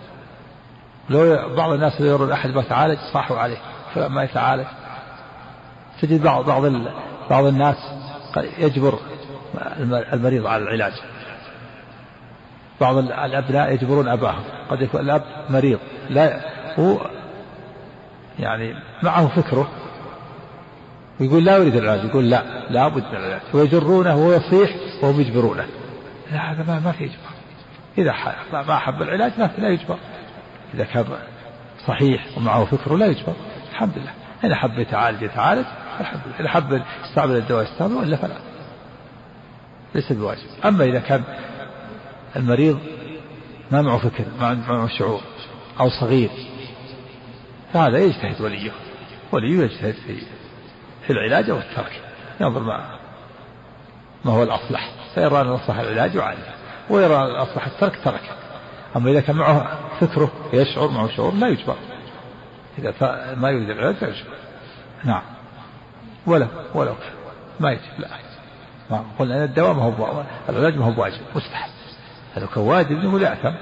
لو بعض الناس يرى الأحد ما تعالج صاحوا عليه فما يتعالج. تجد بعض الناس يجبر المريض على العلاج. بعض الأبناء يجبرون أباهم، قد يكون الأب مريض لا هو يعني معه فكره ويقول لا يريد العلاج، يقول لا بد من العلاج، ويجرونه وهو يصيح وهم يجبرونه. لا، هذا ما في إجبار. إذا ما أحب العلاج لا يجبر. إذا كان صحيح ومعه فكره لا يجبر، الحمد لله. إذا حب يتعالج الحمد لله، إذا حب يستعمل الدواء يستعمل، وإلا فلا، ليس بواجب. أما إذا كان المريض ما معه فكر، ما معه شعور، أو صغير، فهذا يجتهد وليه يجتهد في العلاج أو الترك، ينظر ما هو الأصلح، فيرى أن الأصلح العلاج يعالج، ويرى أن الأصلح الترك تركه. أما إذا كان معه فكره يشعر معه شعور لا يجبر، إذا ما يريد العلاج لا يجبر. نعم. ولو ما يجب لا. قلنا أن الدواء ما هو العلاج ما هو واجب، مستحب. هذا كان واجب إنه لا يأثم.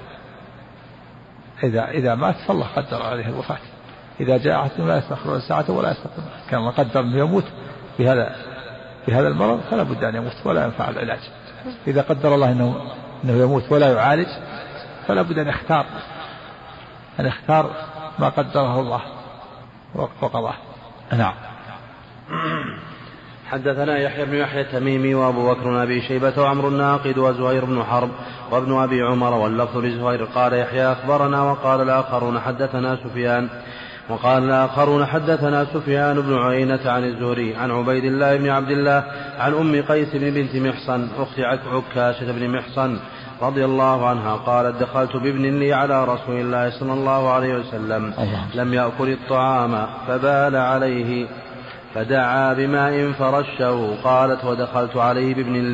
إذا مات فالله قدر عليه الوفاة. إذا جاء أحد لا يستأخرون ساعة ولا يستقدمون. كان الله قدر أنه يموت بهذا المرض فلا بد أن يموت ولا ينفع العلاج. إذا قدر الله أنه يموت ولا يعالج فلا بد أن يختار ما قدره الله وقضاه. نعم. حدثنا يحيى بن يحيى التميمي وأبو بكر بن أبي شيبة وعمرو الناقد وزهير بن حرب وابن أبي عمر واللفظ لزهير قال يحيى أخبرنا وقال الآخرون حدثنا سفيان بن عيينة عن الزهري عن عبيد الله بن عبد الله عن أم قيس بنت محصن أخت عكاشة بن محصن رضي الله عنها قالت دخلت بابن لي على رسول الله صلى الله عليه وسلم لم يأكل الطعام فبال عليه فدعا بماء فرشه. قالت ودخلت عليه بابن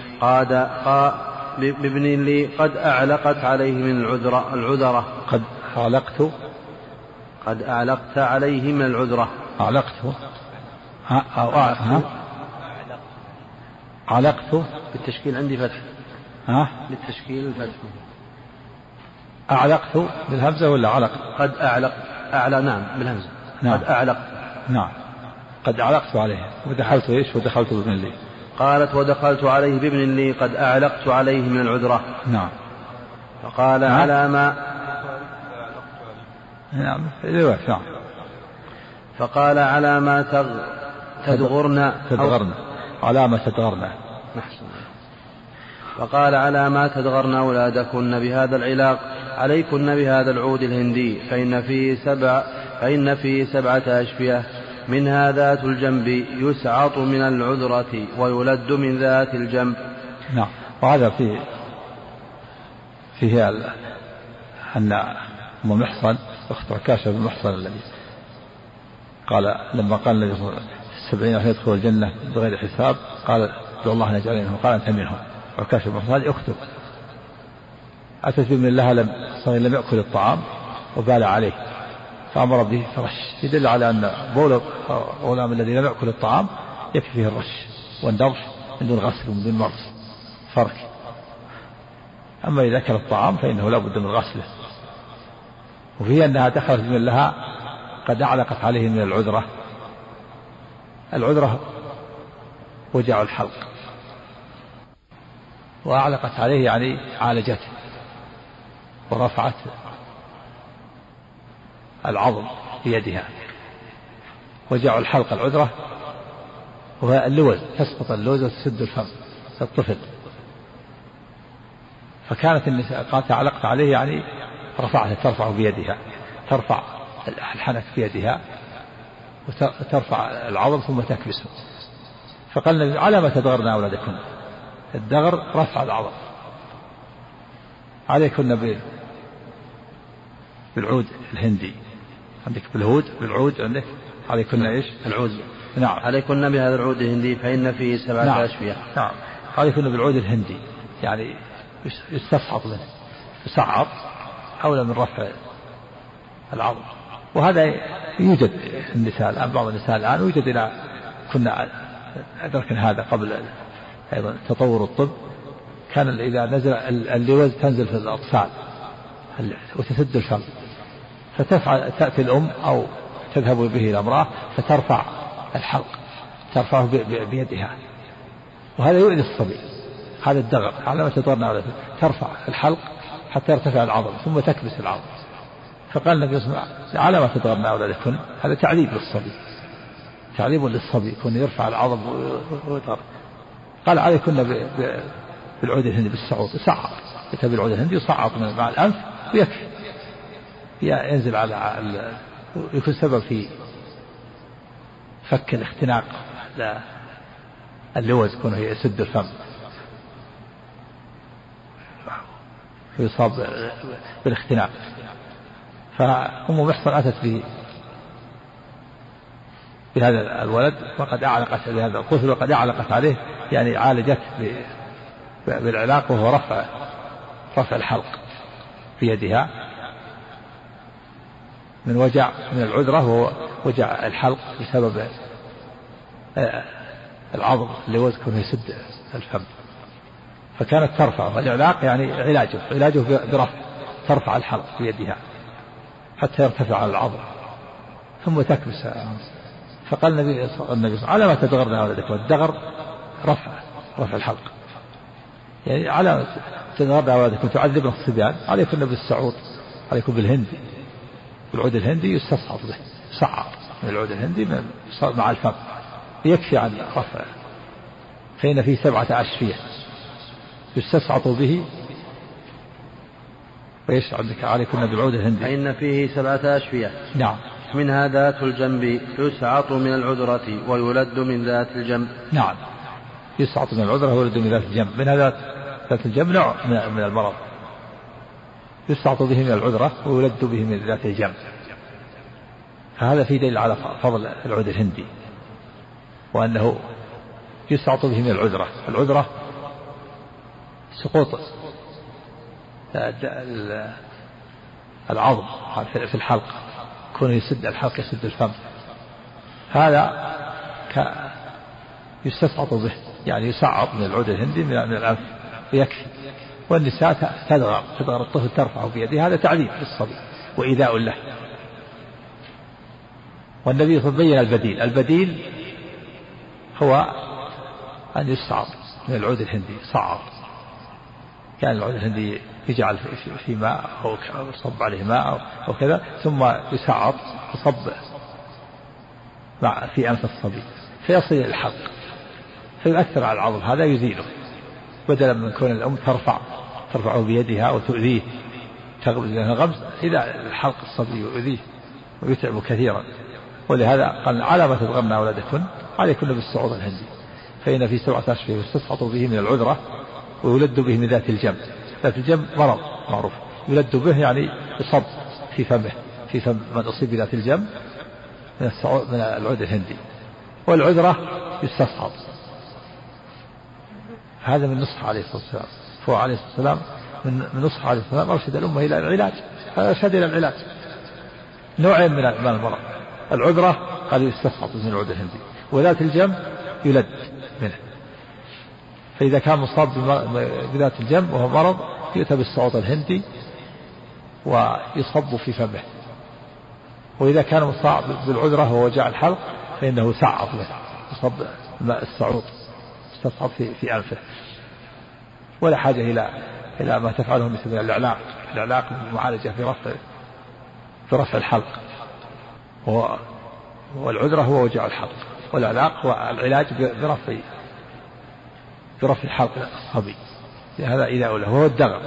لي قد أعلقت عليه من العذرة قد أعلقت عليه من العذرة. أعلقته بالتشكيل عندي فتح. بالتشكيل الفتح. أعلقت بالهمزة ولا علق؟ قد أعلق نعم بالهمزة. نعم. قد أعلقت. نعم. قد أعلقت عليه ودخلت ودخلت بابن لي. قالت ودخلت عليه بابن لي قد أعلقت عليه من العذرة. نعم. فقال على ما نعم. فقال على ما تدغرن على ما تدغرن. فقال على ما تدغرن أولادكن بهذا العلاق عليكن بهذا العود الهندي فإن فيه 7 أشفية منها ذات الجنب يسعط من العذرة ويلد من ذات الجنب. نعم. وهذا فيه أن أم محصن أخت عكاشة بن محصن الذي قال لما قال النبي 70 يدخل الجنة بغير حساب قال ادعو الله أن يجعلني منهم قال أنت منهم. عكاشة بن محصن أخته أتت بابن لها لم يأكل الطعام وبال عليه فأمر به فرش، يدل على أن بول الغلام الذي لم يأكل الطعام يكفي فيه الرش والنظف من دون غسل ومن دون مرس فرق. أما إذا أكل الطعام فإنه لا بد من غسله. وفيه أنها دخلت من لها قد أعلقت عليه من العذرة وجع الحلق، وأعلقت عليه يعني عالجته ورفعت العظم بيدها. وجع الحلق العذرة وهي اللوز، تسقط اللوز وتسد الفم الطفل. فكانت النساء قالت علقت عليه يعني ترفعه بيدها، ترفع الحنك بيدها وترفع العظم ثم تكبسه. فقال على ما تدغرن أولادكن، الدغر رفع العظم. عليكن بالعود الهندي، عندك بالعود عندك عليكن ايش؟ العود. نعم. عليكن بهذا العود الهندي فإن فيه 7 أشفية. نعم. عليكن بالعود الهندي يعني يستصعب منه، يسعط حول من رفع العظم. وهذا يوجد النساء الآن، بعض النساء الآن يوجد كنا أدركنا هذا قبل أيضا تطور الطب. كان إذا نزل اللوز تنزل في الأطفال وتسد الفم، تأتي الأم أو تذهب به إلى امرأة فترفع الحلق، ترفعه بيدها، وهذا يؤذي الصبي. هذا الدغر على ما تدغرن ترفع الحلق حتى يرتفع العظم ثم تكبس العظم. فقال النبي صلى الله عليه وسلم على ما تدغرن أولادكن، هذا تعذيب للصبي يكون يرفع العظم ويضغر. قال عليكن بالعود الهندي بالسعوط، يسعط بالعود الهندي يصعط مع الأنف ويكفي، ينزل على يكون سبب في فك الاختناق اللوز، يكون يسد الفم ويصاب بالاختناق. فأم محصن أتت بهذا الولد وقد أعلقت بهذا القتل وقد أعلقت عليه، يعني عالجت بالعلاق، وهو رفع الحلق في يدها من العذرة، وهو وجع الحلق بسبب العضل اللي وزنه يسد الفم، فكانت ترفع. والإعلاق يعني علاجه برفع، ترفع الحلق في يدها حتى يرتفع على العضل ثم تكبس. فقال النبي صلى الله عليه وسلم: على ما تدغرنا ولدك؟ والدغر رفع الحلق، يعني على ما تدغرنا ولدك وتعذبنا الصبيان، عليكم بالسعود، عليكم بالهندي، بالعود الهندي يستصعد به، صعب من العود الهندي مع الفم يكفي عن رفع. فإن فيه 7 أشفية يستصعد به، ويش عندك عليكم بالعود الهندي. فإن فيه 7 أشفية. نعم. منها ذات الجنب يسعط من العذرة ويولد من ذات الجنب. نعم، يسعط من العذرة ويولد من ذات الجنب. من هذا ذات الجنب نوع من المرض، يسعط به من العذرة ويولد به من ذات الجنب. فهذا فيه دليل على فضل العود الهندي، وأنه يسعط به من العذرة. العذرة سقوط العظم في الحلق، كونه يسد الحلق يسد الفم، هذا يستصعط به، يعني يسعط من العود الهندي من الأنف ويكفي. والنساء تدغر الطفل ترفعه بيده، هذا تعذيب للصبي وإيذاء له. والنبي بين البديل هو أن يسعط من العود الهندي، صعب كان العود الهندي يجعل في ماء أو يصب عليه ماء أو كذا، ثم يسعط يصب في أنف الصبي فيصل إلى الحلق فيؤثر على العظم، هذا يزيله، بدلا من كون الأم ترفعه بيدها وتؤذيه، تغمز له غمز إلى الحلق الصبي يؤذيه ويتعب كثيرا. ولهذا قال: على ما تدغرن أولادكن عليكن بالسعود الهندي، فإن في 7 أشفية يستصعط به من العذرة ويولد به من ذات الجنب. ذات الجنب مرض معروف، يولد به يعني يصب في فم من أصيب بذات الجنب من العود الهندي. والعذرة يستصعط، هذا من نصح عليه الصلاة والسلام. فهو عليه الصلاة والسلام من نصح عليه الصلاة والسلام أرشد الأمة إلى العلاج، أرشد إلى العلاج نوعين من المرض: العذرة قال يستصعط من العود الهندي، وذات الجنب يلد منه. فإذا كان مصاب بذات الجنب وهو مرض يؤتى بالسعوط الهندي ويصب في فمه، وإذا كان مصاب بالعذرة وهو وجع الحلق فإنه سعط له، يصب ماء السعوط يستصعد في أنفه. ولا حاجة إلى ما تفعله مثل الإعلاق المعالجة في رفع الحلق، والعذرة هو وجع الحلق، والإعلاق هو العلاج برفع حلق الصبي، هذا إذا أوله. وهو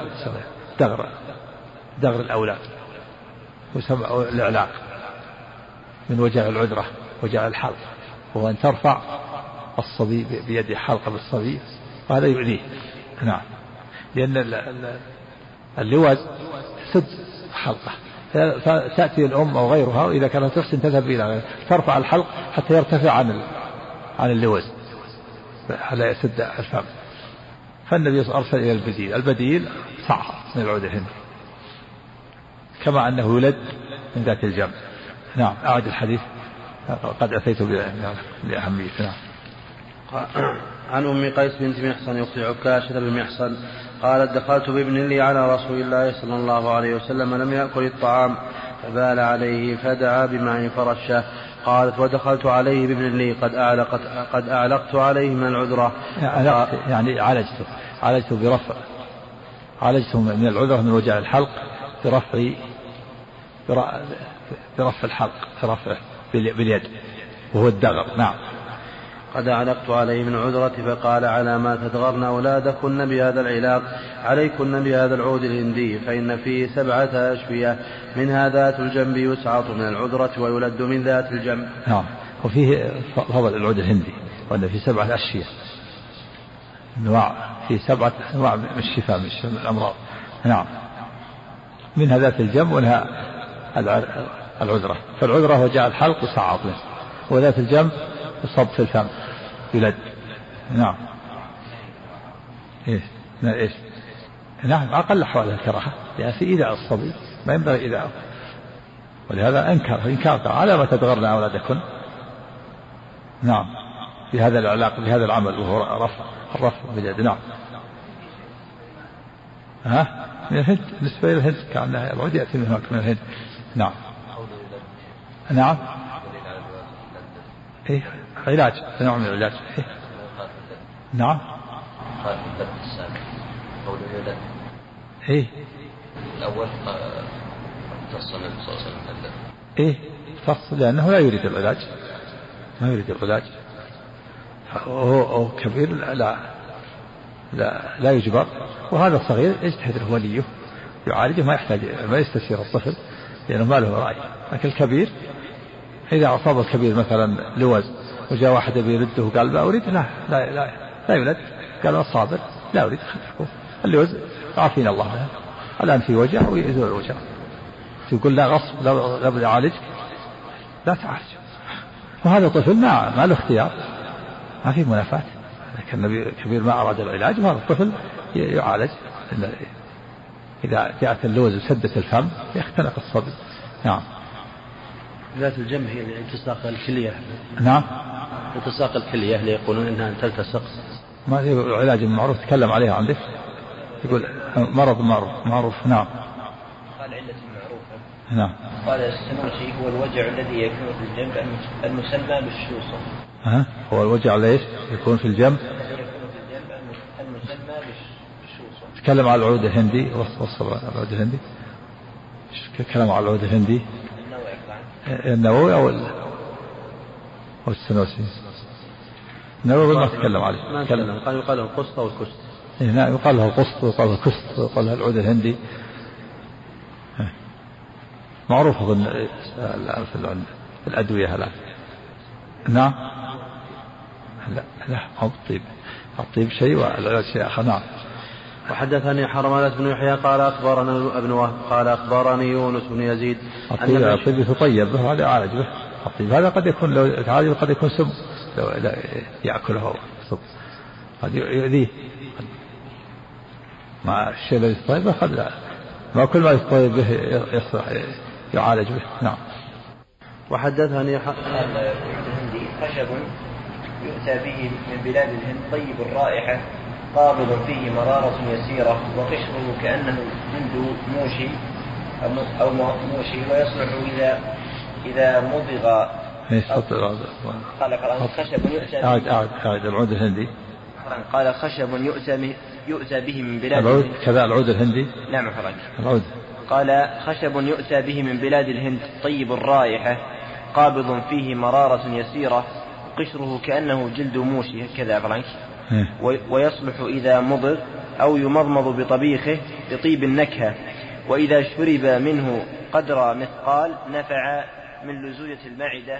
دغر الأولاد، وسمى الإعلاق من وجع العذرة وجع الحلق، وهو أن ترفع الصبي بيد حلقة بالصبي، وهذا يؤذيه. نعم، لأن اللواز تسد حلقه، فتأتي الأم أو غيرها، وإذا كانت تحسن تذهب إلى غيره ترفع الحلق حتى يرتفع عن اللواز على يسد الفم. فالنبي أرسل إلى البديل صعب من العود الهندي، كما أنه يولد من ذات الجنب. نعم، أعد الحديث قد أتيت بأهميته. نعم. عن أم قيس بنت محصن أخت عكاشة بن محصن قالت: دخلت بابن لي على رسول الله صلى الله عليه وسلم لم يأكل الطعام فبال عليه فدعا بماء فرشه. قالت: ودخلت عليه بابن لي قد أعلقت عليه من العذرة. يعني عالجته من العذرة من وجع الحلق برفع الحلق، برفعه باليد وهو الدغر. نعم. قد أعلقت عليه من عذرة، فقال: على ما تدغرن أولادكن بهذا العلاق عليكن بهذا العود الهندي، فإن فيه 7 أشفية، منها ذات الجنب يسعط من العذرة ويولد من ذات الجنب. نعم. وفيه فضل العود الهندي، وأن فيه 7 أشفية أنواع، فيه 7 أنواع من الشفاء من الأمراض. نعم، منها ذات الجنب ومنها العذرة. فالعذرة وجاء الحلق يصعد له، وذات الجنب يصب في الفم يلد. نعم. إيش نعم أقل أحوال الكراهة، لأن في إيذاء الصبي ما ينبغي إيذاءه، ولهذا إنكار على ما تدغرن أولادكن. نعم بهذا العلاقة بهذا العمل وهو الرفع باليد. نعم. من الهند، بالنسبة إلى الهند كان العود يأتي من هناك من الهند. نعم. نعم. إيه علاج، نوع من العلاج. إيه؟ نعم. إيه الأول اختص النبي صلى الله عليه وسلم. إيه اختص لأنه لا يريد العلاج، ما يريد العلاج، هو كبير لا يجبر، وهذا الصغير يجتهد وليه يعالجه، ما يحتاج ما يستشير الطفل لأنه ما له رأي. لكن الكبير إذا أصاب الكبير مثلا لوز وجاء واحد يرده وقال لا أريد، لا يولد، قال الصابر لا أريد، اللوز عافينا الله منه، الآن في وجع ويزول الوجع، تقول لا غصب لا يعالجك، لا تعالج. وهذا طفل ما له اختيار، ما في منافاة، لكن النبي الكبير ما أراد العلاج، وهذا الطفل يعالج. إذا جاءت اللوز وسدت الفم يختنق الصبي. نعم. ذات الجنب هي التصاق الكلية. نعم. التصاق الكلية اللي يقولون إنها تلتصق، ما هي علاج معروف تكلم عليها عندك، يقول مرض معروف. نعم. قال علة معروفة. نعم. قال السنوسي هو الوجع الذي يكون في الجنب المسمى بالشوصة. هو الوجع ليش يكون في الجنب؟ المسمى بالشوصة. تكلم على العود الهندي، وصل العود الهندي، كلام على العود الهندي النووي أو السنوسي. النووي ما تكلم عليه، ما تكلم، قال يقال له القسط أو الكست. نعم يقال له القسط ويقال له الكست ويقال له العود الهندي، معروف أظن في الأدوية الآن. نعم. لا هو الطيب شيء والعلاج شيء آخر. نعم. وحدثني حرملة بن يحيى قال أخبرنا ابن وهب قال أخبرني يونس بن يزيد. الطيب يتطيب به، هذا يعالج به. الطيب هذا قد يكون لو يتعالج قد يكون سم، لو يأكله سم قد يؤذيه. مع الشيء الذي يتطيب به قد لا، ما كل ما يتطيب به يصلح يعالج به. نعم. وحدثني الهندي خشب يؤتى به من بلاد الهند طيب الرائحة قابض فيه مرارة يسيرة وقشره كأنه جلد موشي أو موشي، ويصلح إذا مضغ. قال خشب يؤتى أعد العود الهندي. قال خشب يؤتى به من بلاد الهند. كذا العود الهندي. نعم حرج. العود. قال خشب يؤتى به من بلاد الهند طيب الرائحة قابض فيه مرارة يسيرة قشره كأنه جلد موشي كذا فرنك، ويصلح إذا مضغ أو يمضمض بطبيخه بطيب النكهة، وإذا شرب منه قدر مثقال نفع من لزوجة المعدة.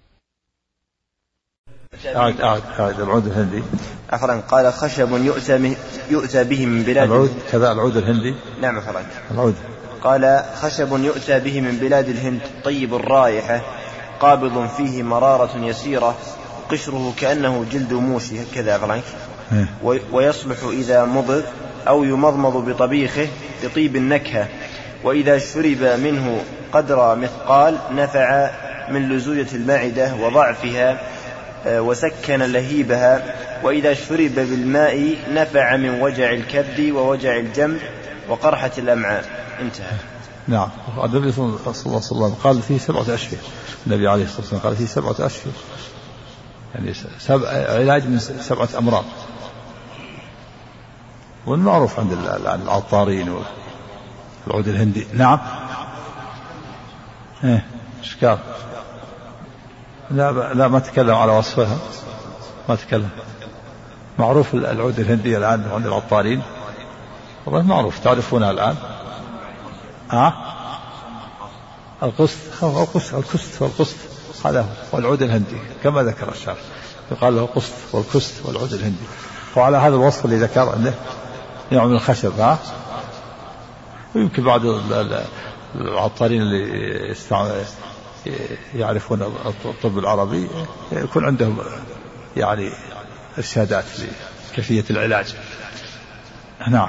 أعد العود الهندي. عفوا. قال خشب يؤتى به من بلاد العود كذا العود الهندي. نعم فرنك. العود. قال خشب يؤتى به من بلاد الهند طيب الرائحة قابض فيه مرارة يسيرة قشره كأنه جلد موشي كذا فرنك، ويصلح إذا مضغ أو يمضمض بطبيخه بطيب النكهة، وإذا شرب منه قدر مثقال نفع من لزوجة المعدة وضعفها وسكن لهيبها، وإذا شرب بالماء نفع من وجع الكبد ووجع الجنب وقرحة الأمعاء. انتهى. نعم. النبي صلى الله عليه وسلم قال فيه 7 أشهر. النبي عليه الصلاة والسلام قال فيه 7 أشهر، يعني علاج من 7 أمراض، والمعروف عند العطارين والعود الهندي. نعم. إشكال. لا ما تكلم على وصفها، ما تكلم. معروف العود الهندي الآن عند العطارين، والله معروف تعرفونها الآن. القسط هذا هو العود الهندي كما ذكر الشارع، يقال له القسط والكست والعود الهندي. وعلى هذا الوصف اللي ذكر عنده نوع من الخشب. ويمكن بعض العطارين اللي يعرفون الطب العربي يكون عندهم يعني إرشادات لكيفية العلاج. نعم.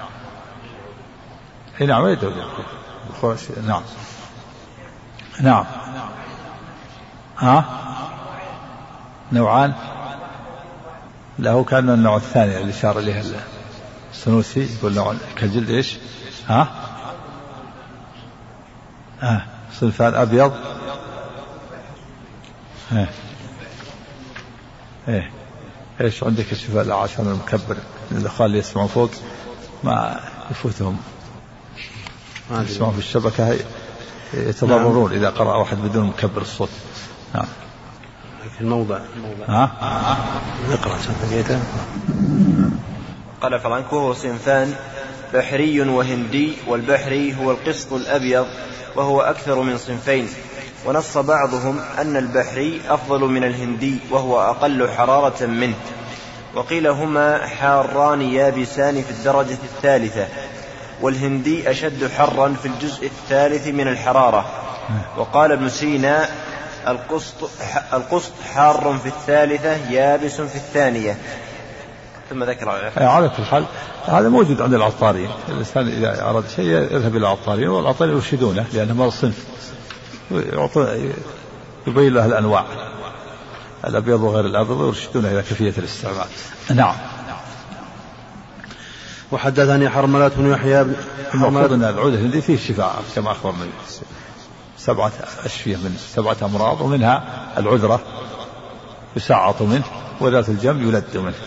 نعم يدور. نعم. نعم. نوعان. له كان النوع الثاني اللي شار إليه السنوسي يقول نوع كالجلد إيش؟ صنفان أبيض. إيش عندك الشفاء عشان المكبر الأخوان اللي يسمعون فوق ما يفوتهم يسمعون في الشبكة يتضررون إذا قرأ واحد بدون مكبر الصوت. في الموضع نقرأ سنتين. قال فالعنكو صنفان بحري وهندي، والبحري هو القسط الأبيض وهو أكثر من صنفين. ونص بعضهم أن البحري أفضل من الهندي وهو أقل حرارة منه، وقيل هما حاران يابسان في الدرجة الثالثة، والهندي أشد حرا في الجزء الثالث من الحرارة. وقال ابن سينا القسط حار في الثالثة يابس في الثانية. ثم ذكر على كل حال هذا موجود عند العطارين. الإنسان إذا أراد شيء يذهب إلى العطارين، والعطارين يرشدونه لأنه هذا الصنف يبين له الأنواع الأبيض وغير الأبيض ويرشدونه إلى كيفية الاستعمال. نعم. وحدثني حرملة بن يحيى. المفروض أن العود الهندي فيه شفاء كما أخبر من 7 أشفية من 7 أمراض، ومنها العذرة يسعط منه، وذات الجنب يلد منه.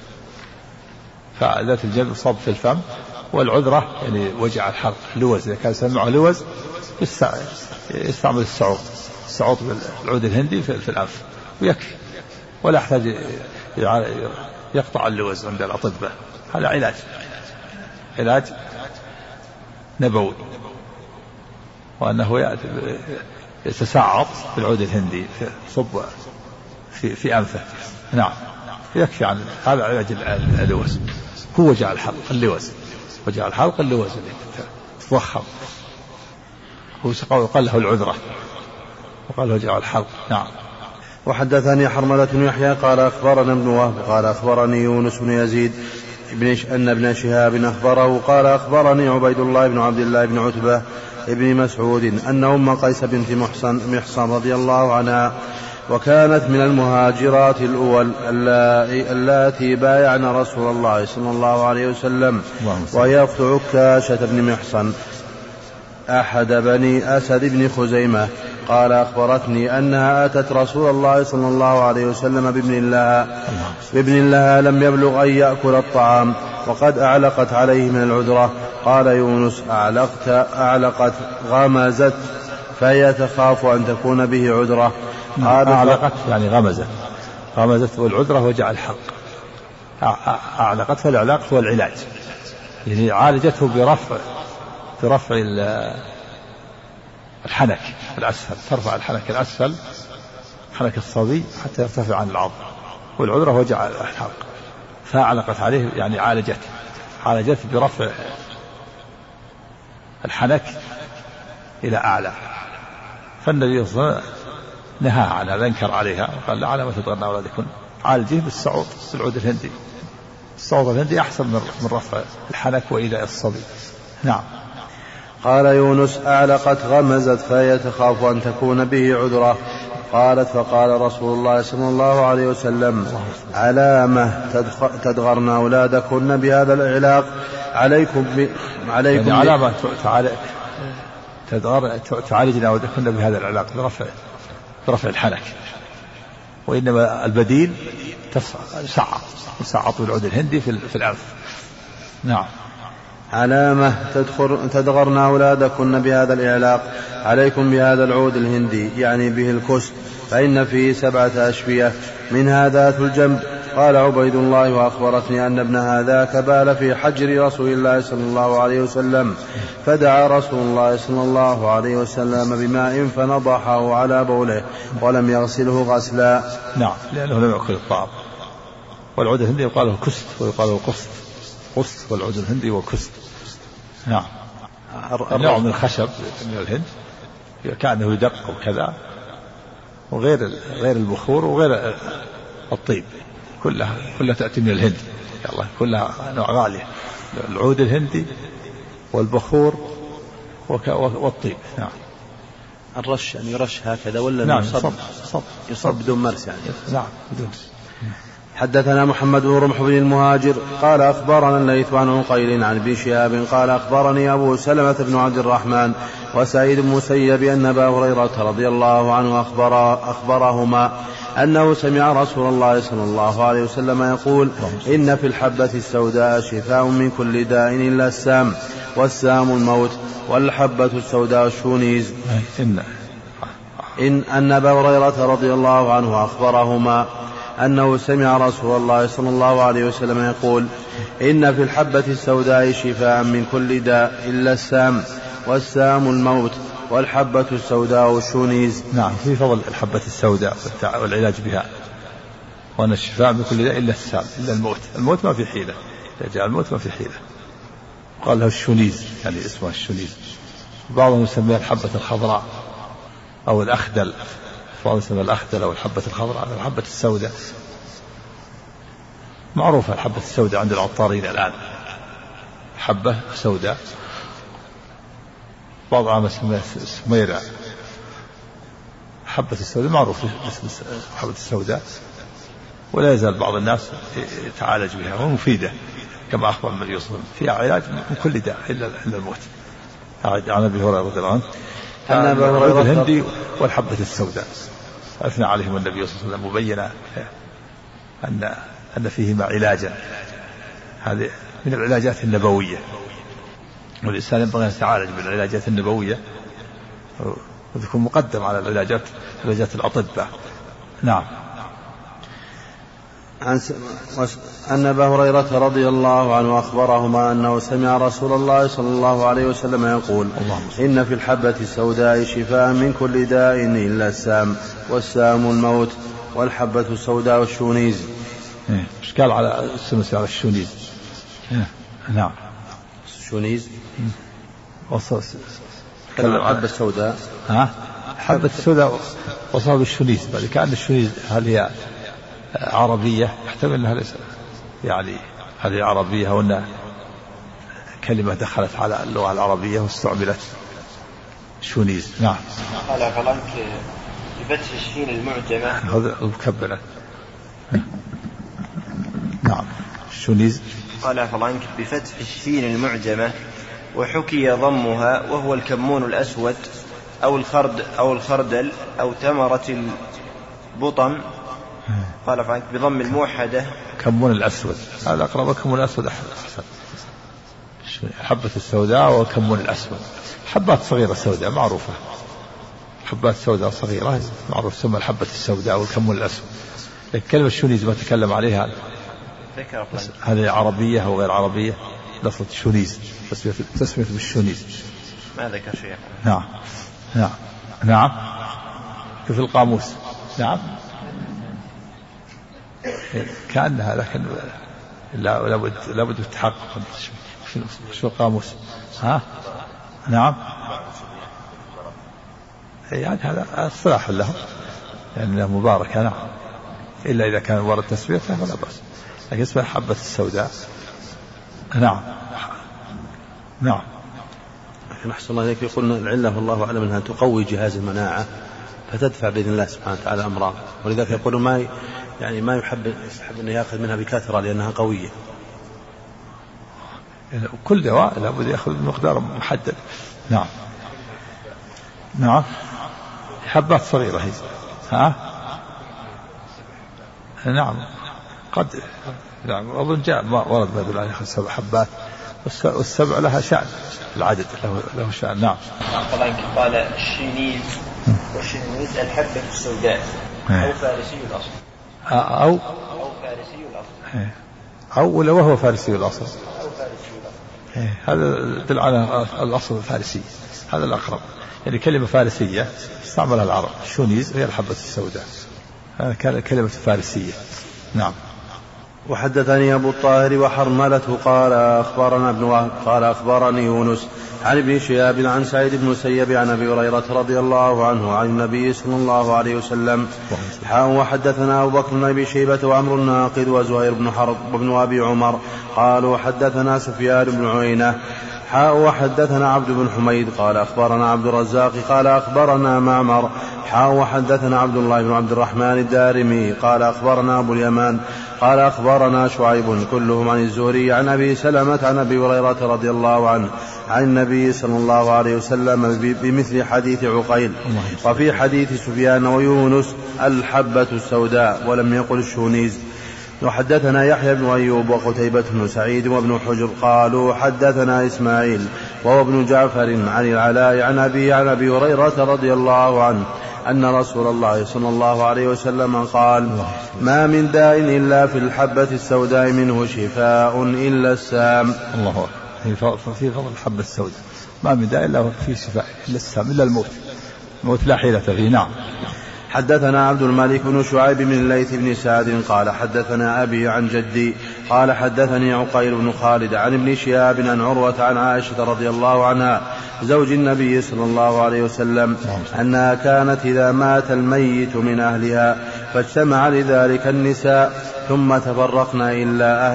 فذات الجنب يصاب في الفم، والعذرة يعني وجع الحلق لوز، إذا كان سمعه لوز يستعمل السعوط بالعود الهندي في الأنف ويكفي، ولا يحتاج يقطع اللوز عند الأطباء. هذا علاج نبوي، وأنه يتسعط بالعود الهندي صب في أنفه. نعم يكفي عن هذا علاج اللوز. هو وجع الحلق اللوز، وجع الحلق اللوز اللي تضخم، وقال له العذرة، وقال له وجع الحلق. نعم. وحدثني حرملة بن يحيى قال أخبرنا ابن وهب قال أخبرني يونس بن يزيد أن ابن شهاب أخبره قال أخبرني عبيد الله بن عبد الله بن عتبة ابن مسعود أن أم قيس بنت محصن رضي الله عنها، وكانت من المهاجرات الأول اللاتي بايعن رسول الله صلى الله عليه وسلم، وهي أخت عكاشة بن محصن أحد بني أسد بن خزيمة. قال أخبرتني أنها أتت رسول الله صلى الله عليه وسلم بابن لها لم يبلغ أن يأكل الطعام، وقد أعلقت عليه من العذرة. قال يونس أعلقت غمزت، فهي تخاف أن تكون به عذرة. أعلقت يعني غمزت، والعذرة وجع الحلق. أعلقت، فالإعلاق هو العلاج، يعني عالجته برفع الحنك الأسفل، ترفع الحنك الأسفل حنك الصبي حتى يرتفع عن العظم، والعذرة وجع الحلق، فأعلقت عليه يعني عالجت برفع الحنك إلى أعلى. فالنبي صلى الله عليه وسلم نهى عن هذا، انكر عليها وقال لا، على ما تضغرن أولادكم، عالجيه بالسعوط بالعود الهندي. السعوط الهندي أحسن من رفع الحنك وإيذاء الصبي. نعم. قال يونس أعلقت غمزت، فهي تخاف أن تكون به عذرة. قالت فقال رسول الله صلى الله عليه وسلم علامة تدغرن أولادكن بهذا العلاق، عليكم يعني علامة تعالجن أولادكن بهذا العلاق برفع الحنك، وإنما البديل تسعط بالعود الهندي في الأنف. نعم. علامة تدغرن أولادكن بهذا الإعلاق، عليكم بهذا العود الهندي، يعني به الكست، فإن فيه 7 أشفية، منها ذات الجنب. قال عبيد الله وأخبرتني أن ابنها ذاك بال في حجر رسول الله صلى الله عليه وسلم، فدعا رسول الله صلى الله عليه وسلم بماء فنضحه على بوله ولم يغسله غسلا. نعم، لأنه لم يأكل الطعام. والعود الهندي يقال له كست ويقال له قسط، والعود الهندي وكست. نعم. نوع من الخشب من الهند كأنه يدق وكذا، وغير البخور وغير الطيب، كلها تأتي من الهند الله، كلها نوع غالية، العود الهندي والبخور والطيب. نعم. الرش يعني يرش هكذا ولا نعم يصب بدون مرس يعني؟ نعم بدون. حدثنا محمد بن رمح بن المهاجر قال أخبرنا الليث عن عقيل عن ابن شهاب قال أخبرني أبو سلمة بن عبد الرحمن وسعيد بن مسيب أن أبا هريرة رضي الله عنه أخبرهما أنه سمع رسول الله صلى الله عليه وسلم يقول إن في الحبة السوداء شفاء من كل داء إلا السام، والسام الموت، والحبة السوداء الشونيز. أن أبا هريرة رضي الله عنه أخبرهما أنه سمع رسول الله صلى الله عليه وسلم يقول إن في الحبة السوداء شفاء من كل داء إلا السام، والسام الموت، والحبة السوداء الشونيز. نعم. في فضل الحبة السوداء والعلاج بها، وأن الشفاء من كل داء إلا السام، إلا الموت ما في حيلة، إذا جاء الموت ما في حيلة. قال له الشونيز يعني اسمه الشونيز. بعضهم يسميها الحبة الخضراء أو الأخدل، بعضهم يسميها الأخدل أو الحبة الخضراء أو الحبة السوداء. معروفة الحبة السوداء عند العطارين الآن، حبة سوداء، بعض عام اسمها سميرة. حبة السوداء معروف اسم حبة السوداء، ولا يزال بعض الناس يتعالج بها ومفيدة كما أخبر النبي صلى الله عليه وسلم، فيها علاج من كل داء إلا الموت. عن أبي هريرة رضي الله عنه أن العود الهندي والحبة السوداء أثنى عليهم النبي صلى الله عليه وسلم مبينا أن فيهما علاجا. هذه من العلاجات النبوية، والإنسان ينبغي أن يتعالج بالعلاجات النبوية وتكون مقدم على علاجات الأطباء. نعم. أن أبا هريرة رضي الله عنه أخبرهما أنه سمع رسول الله صلى الله عليه وسلم يقول إن في الحبة السوداء شفاء من كل داء إلا السام، والسام الموت، والحبة السوداء الشونيز. إيش قال على السمس على الشونيز؟ نعم. الشونيز الحبة السوداء. حبة السوداء وصاب الشونيز، بل كأن الشونيز هل هي عربية؟ يحتمل أنها يعني هذه عربية، أو أن كلمة دخلت على اللغة العربية واستعملت شونيز. نعم. قال فلانك بفتح الشين المعجمة هذا المكبرة. نعم. شونيز. قال فلانك بفتح الشين المعجمة، وحكي ضمها، وهو الكمون الأسود أو الخردل أو تمرة البطم. قال فعنك بضم الموحدة كمون الأسود، هذا أقرب. كمون الأسود أحسن. حبة السوداء وكمون الأسود، حبات صغيرة سوداء معروفة، حبات سوداء صغيرة معروف تسمى الحبة السوداء والكمون الأسود. لكن كلمة شونيز ما تكلم عليها، هذه عربية أو غير عربية، لفظة شونيز تسمية بالشونيز. ما ذكر شيء. نعم في القاموس. نعم كأنها، لكن لابد التحقق. شو القاموس؟ نعم. يعني هذا اصطلاح لهم، يعني مباركة. نعم. إلا إذا كان ورد تسميتها فلا بأس، لكن اسمها حبة السوداء. نعم. لكن أحسن الله إليك، يقولون العلة والله أعلم أنها تقوي جهاز المناعة فتدفع بإذن الله سبحانه وتعالى أمراض، ولذلك يقولون ما يحب أن يأخذ منها بكثرة لأنها قوية. كل دواء لابد يأخذ بمقدار محدد. نعم. حبات صغيرة هي. نعم قد. نعم أظن جاء ما ورد ما يدل عليه 7 حبات، والسبع لها شأن، العدد له شأن. نعم. قال الشينيز، والشينيز الحبة السوداء أو فارسي الأصل، أو فارسي الأصل، أو وهو فارسي الأصل. هذا يدل على الأصل الفارسي، هذا الأقرب. يعني كلمة فارسية استعملها العرب، الشونيز هي الحبة السوداء، كانت كلمة فارسية. نعم. وحدثني أبو الطاهر وحرملة قال أخبرنا ابن وهب قال أخبرني يونس عن ابن شهاب عن سعيد بن المسيب عن أبي هريرة رضي الله عنه عن النبي صلى الله عليه وسلم. وحدثنا أبو بكر بن أبي شيبة وعمرو الناقد وزهير بن حرب وابن أبي عمر قالوا حدثنا سفيان بن عيينة وحدثنا عبد بن حميد قال أخبرنا عبد الرزاق قال أخبرنا معمر وحدثنا عبد الله بن عبد الرحمن الدارمي قال أخبرنا أبو اليمان قال أخبرنا شعيب كلهم عن الزهري عن أبي سلمة عن أبي هريرة رضي الله عنه عن النبي صلى الله عليه وسلم بمثل حديث عقيل. وفي حديث سفيان ويونس الحبة السوداء ولم يقل الشونيز. وحدثنا يحيى بن أيوب وقتيبة بن سعيد وابن حجر قالوا حدثنا إسماعيل وهو ابن جعفر عن العلاء عن أبي هريرة رضي الله عنه أن رسول الله صلى الله عليه وسلم قال ما من داء إلا في الحبة السوداء منه شفاء إلا السام. الله في فضل الحبة السوداء ما من داء إلا في شفاء إلا السام إلا الموت لا حيلة فيه. نعم. حدثنا عبد الملك بن شعيب بن الليث بن سعد قال حدثنا أبي عن جدي قال حدثني عقيل بن خالد عن ابن شهاب عن عروة عن عائشة رضي الله عنها زوج النبي صلى الله عليه وسلم أنها كانت إذا مات الميت من أهلها فاجتمع لذلك النساء ثم تفرقن إلا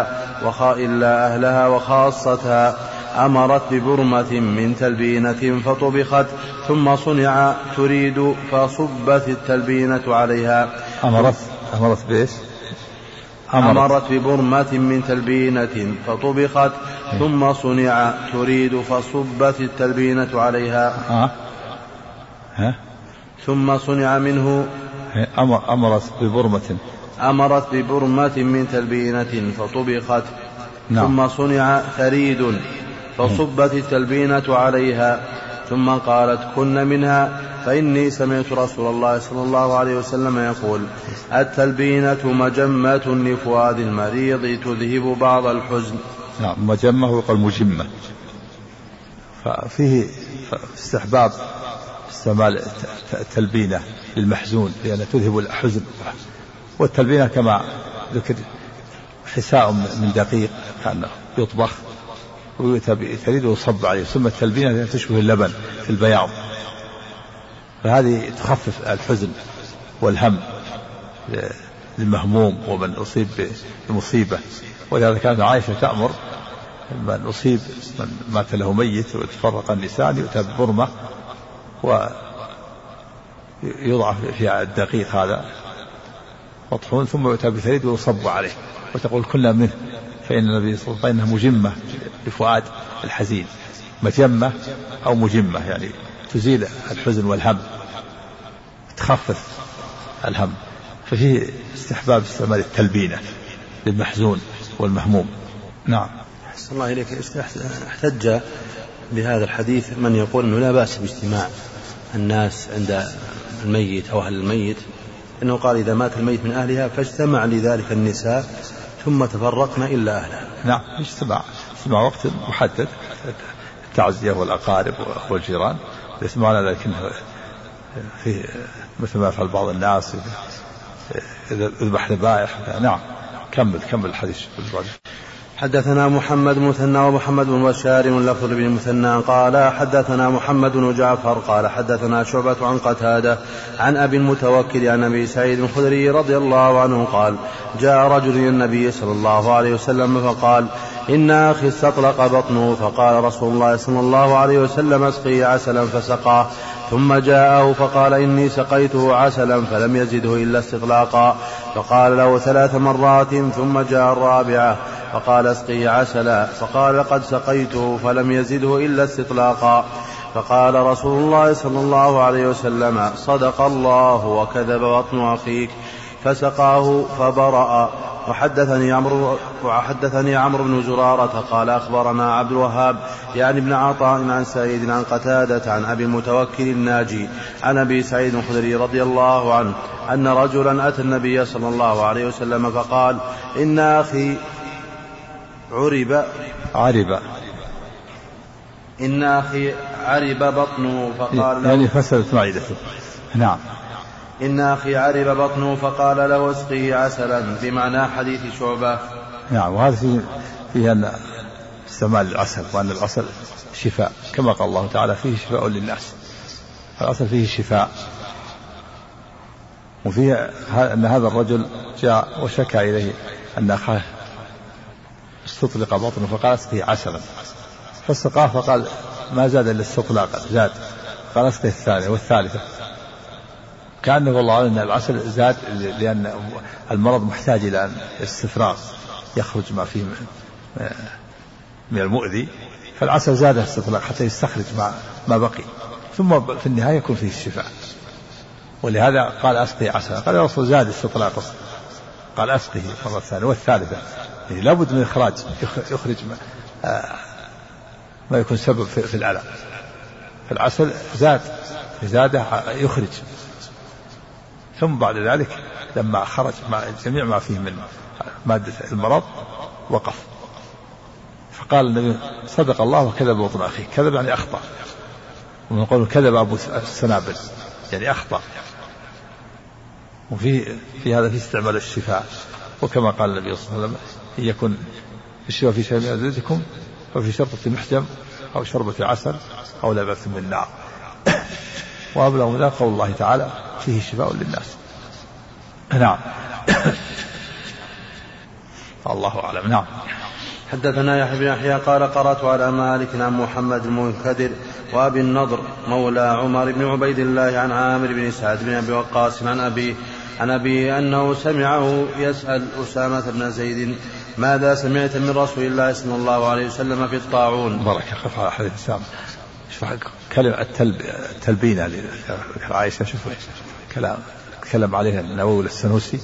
أهلها وخاصتها أمرت ببرمة من تلبينة فطبخت ثم صنع تريد فصبت التلبينة عليها. أمرت بإيش؟ أمرت ببرمة من تلبينة فطبخت ثم صنع تريد فصبت التلبينة عليها. ثم صنع منه أمرت ببرمة من تلبينة فطبخت ثم صنع ثريد فصبت التلبينة عليها ثم قالت كن منها فإني سمعت رسول الله صلى الله عليه وسلم يقول التلبينة مجمة لفؤاد المريض تذهب بعض الحزن. نعم مجمة ويقال مجمة. ففيه استحباب استعمال التلبينة للمحزون لأنها تذهب الحزن. والتلبينة كما ذكر حساء من دقيق كان يطبخ ويؤتى بثريد ويصب عليه ثم التلبينة تشبه اللبن في البياض فهذه تخفف الحزن والهم للمهموم ومن أصيب بمصيبة. ولهذا كانت عائشة تأمر من أصيب من مات له ميت وتفرق النساء يؤتى ببرمة ويضع فيها الدقيق هذا مطحون ثم يؤتى بثريد ويصب عليه وتقول كلنا منه فإن النبي صلى الله عليه وسلم مجمة لفؤاد الحزين. مجمة أو مجمة يعني تزيل الحزن والهم تخفف الهم. ففيه استحباب استعمال التلبينة للمحزون والمهموم. نعم. أحسن الله إليك. احتج بهذا الحديث من يقول أنه لا بأس باجتماع الناس عند الميت أو أهل الميت أنه قال إذا مات الميت من أهلها فاجتمع لذلك النساء ثم تفرقن إلا أهلها. نعم اجتماع وقت محدد التعزية والأقارب والجيران يسمعون لكن في مثل ما يفعل بعض الناس إذا ذبح ذبائح. نعم كمل الحديث. حدثنا محمد مثنى ومحمد بن بشار واللفظ بن مثنى قال حدثنا محمد بن جعفر قال حدثنا شعبة عن قتادة عن أبي المتوكل عن أبي سعيد الخدري رضي الله عنه قال جاء رجل إلى النبي صلى الله عليه وسلم فقال إن أخي استطلق بطنه فقال رسول الله صلى الله عليه وسلم اسقي عسلا فسقاه ثم جاءه فقال إني سقيته عسلا فلم يزده إلا استطلاقا فقال له 3 مرات ثم جاء الرابعة فقال اسقي عسلا فقال لقد سقيته فلم يزده إلا استطلاقا فقال رسول الله صلى الله عليه وسلم صدق الله وكذب بطن أخيك فسقاه فبرأ. وحدثني عمرو بن زرارة قال أخبرنا عبد الوهاب يعني ابن عطاء عن سعيد عن قتادة عن أبي المتوكل الناجي عن أبي سعيد الخدري رضي الله عنه أن رجلا أتى النبي صلى الله عليه وسلم فقال إن أخي عرب بطنه فقال يعني فسدت معدته. نعم. إن أخي عرب بطنه فقال له اسقه عسلا بمعنى حديث شعبة. نعم. وهذا فيه أن استعمال العسل وأن العسل شفاء، كما قال الله تعالى فيه شفاء للناس. العسل فيه شفاء. وفيه أن هذا الرجل جاء وشكى إليه أن أخاه استطلق بطنه فقال اسقه عسلا، فسقاه فقال ما زاد إلا استطلاقا، زاد، قال اسقه الثانية والثالثة. كأنه والله أن العسل زاد لأن المرض محتاج إلى استفراغ يخرج ما فيه من المؤذي، فالعسل زاد استطلاق حتى يستخرج ما بقي، ثم في النهاية يكون فيه الشفاء. ولهذا قال أسقي عسلا، قال يا رسول زاد استطلاقه، قال أسقه مرة ثانية والثالثة. يعني لابد من إخراج يخرج ما يكون سبب في الألم. فالعسل زاد يخرج، ثم بعد ذلك لما خرج مع جميع ما فيه من مادة المرض وقف. فقال النبي صدق الله وكذب بطن أخيه. كذب يعني أخطأ، ونقول كذب أبو السنابل يعني أخطأ. وفي هذا في استعمال الشفاء، وكما قال النبي صلى الله عليه وسلم إن يكن الشفاء في شيء من أزواجكم ففي شربة محجم أو شربة عسل أو لبث من نار. وأبلغ من قول الله تعالى فيه شفاء للناس. نعم. الله أعلم. نعم. حدثنا يحيى بن يحيى قال قرأت على مالك عن محمد المنكدر وأبي النضر مولى عمر بن عبيد الله عن عامر بن سعد بن أبي وقاص عن أبي أنه سمعه يسأل أسامة بن زيد ماذا سمعت من رسول الله صلى الله عليه وسلم في الطاعون. بارك قف على حديث أسامة. كلمة التلبينة عائشة، شوف كلام تكلم عليها النووي السنوسي،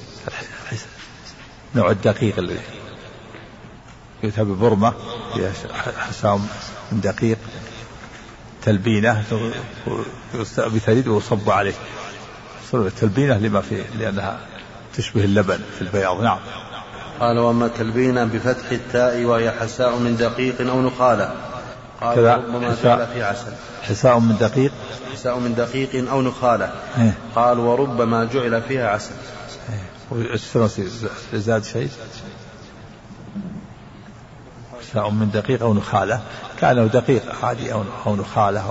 نوع الدقيق اللي يذهب ببرمة فيها حسام من دقيق، تلبينة بثريد ويصب عليه. التلبينة لما فيه لأنها تشبه اللبن في البياض. نعم. قال وما تلبينة بفتح التاء وهي حساء من دقيق أو نخالة. قال ربما جعل في عسل. حساء من دقيق، حساء من دقيق أو نخالة. قال وربما جعل فيها عسل. السنوسي زاد شيء حساء من دقيق أو نخالة، كأنه دقيق عادي أو نخالة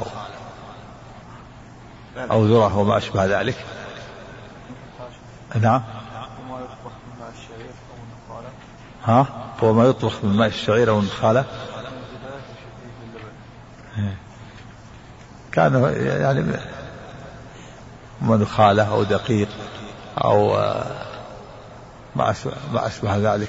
أو ذرة وما أشبه ذلك. نعم. وما يطبخ من ماء الشعير أو النخالة، كان يعني نخالة أو دقيق أو ما أشبه ذلك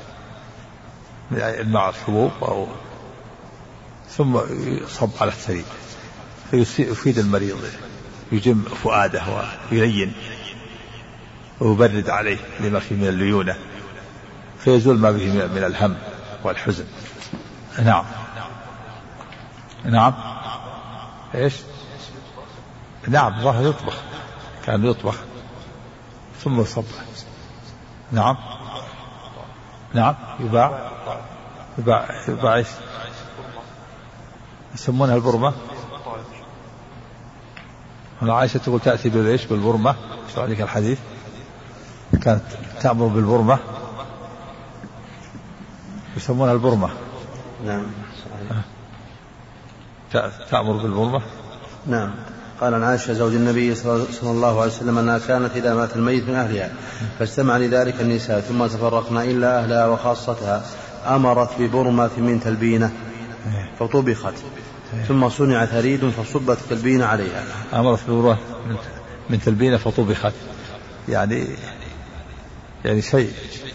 مع الحبوب أو ثم يصب على الثريد فيفيد المريض، يجم فؤاده ويلين ويبرد عليه لما فيه من الليونة، فيزول ما به من الهم والحزن. نعم. نعم. ايش؟ نعم. الله يطبخ، كان يطبخ ثم يصب. نعم. نعم. يباع ايش؟ يسمونها البرمة. عائشة تقول تأتي بالإيش؟ بالبرمة. شو عليك الحديث؟ كانت تأمر بالبرمة، يسمونها البرمة. نعم. تأمر بالبرمة. نعم. قال عن عائشة زوج النبي صلى الله عليه وسلم أنها كانت إذا مات الميت من أهلها فاجتمع لذلك النساء ثم تفرقنا إلا أهلها وخاصتها أمرت ببرمة من تلبينة فطبخت ثم صنع ثريد فصبت تلبينة عليها. أمرت ببرمة من تلبينة فطبخت، يعني شيء.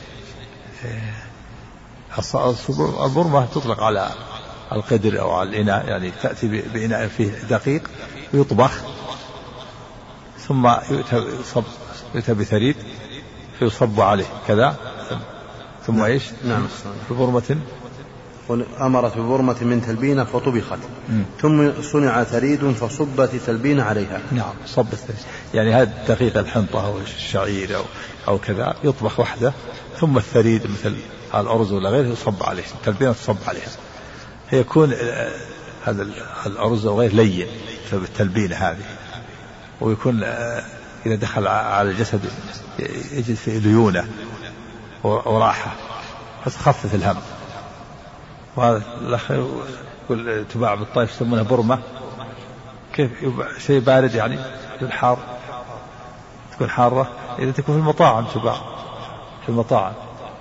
البرمة تطلق على القدر أو على الإناء، يعني تأتي بإناء فيه دقيق يطبخ ثم يؤتى بثريد فيصب عليه كذا ثم ايش؟ نعم. ببرمة. أمرت ببرمة من تلبينة فطبخت ثم صنع ثريد فصبت تلبينة عليها. نعم. صبت يعني هذا دقيق الحنطة أو الشعير أو كذا يطبخ وحده، ثم الثريد مثل الأرز ولا غيره يصب عليه، التلبينة تصب عليها، فيكون هذا الأرز أو غيره لين بالتلبينة هذه، ويكون إذا دخل على الجسد يجد فيه ليونة وراحة فتخفف الهم. وهذا تقول تباع بالطائف يسمونها برمة، كيف شيء بارد يعني تكون حار، تكون حارة. إذا تكون في المطاعم تباع في المطاعم.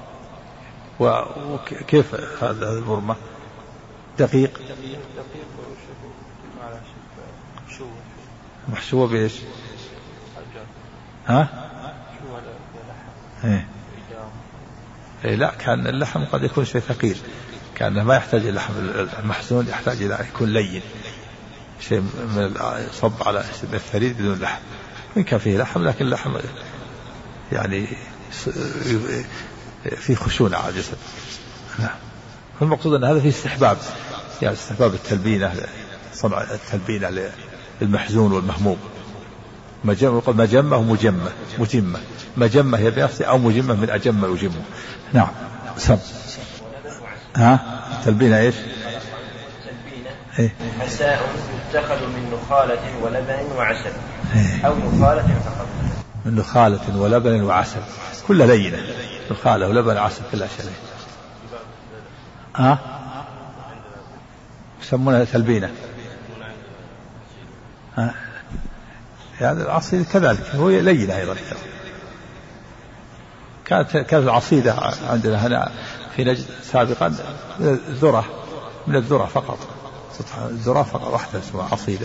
وكيف هذا البرمة؟ دقيق محشوة بإيش؟ ها؟ إيه لا، كان اللحم قد يكون شيء ثقيل، كان ما يحتاج إلى لحم المحزون، يحتاج إلى يكون لين، شيء من صب على الثريد بدون لحم. إن كان فيه لحم لكن اللحم يعني في خشونة على الجسد. نعم. فالمقصود أن هذا فيه استحباب، يعني استحباب التلبينة، صنع التلبينة للمحزون والمهموم. مجمة ومجمة، مجمة، مجمة هي بنفسها أو مجمة من أجمة يجمه. نعم. سم. ها تلبينة إيش؟ تلبينة حساء يتخذ من نخالة ولبن وعسل، أو نخالة فقط. من نخالة ولبن وعسل، كلها لينة، نخالة ولبن وعسل كلها شيء. ها يسمونها تلبينة. ها يعني العصيدة كذلك هو لينة أيضا. كانت العصيدة عندنا هنا في نجد سابقا من الذرة فقط، الذرة فقط واحدة اسمها عصيدة.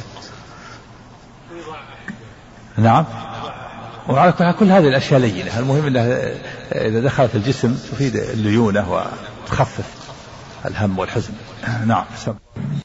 نعم. وعلى كل هذه الأشياء لينة، المهم أنها إذا دخلت الجسم تفيد الليونة وتخفف الهم والحزن. نعم.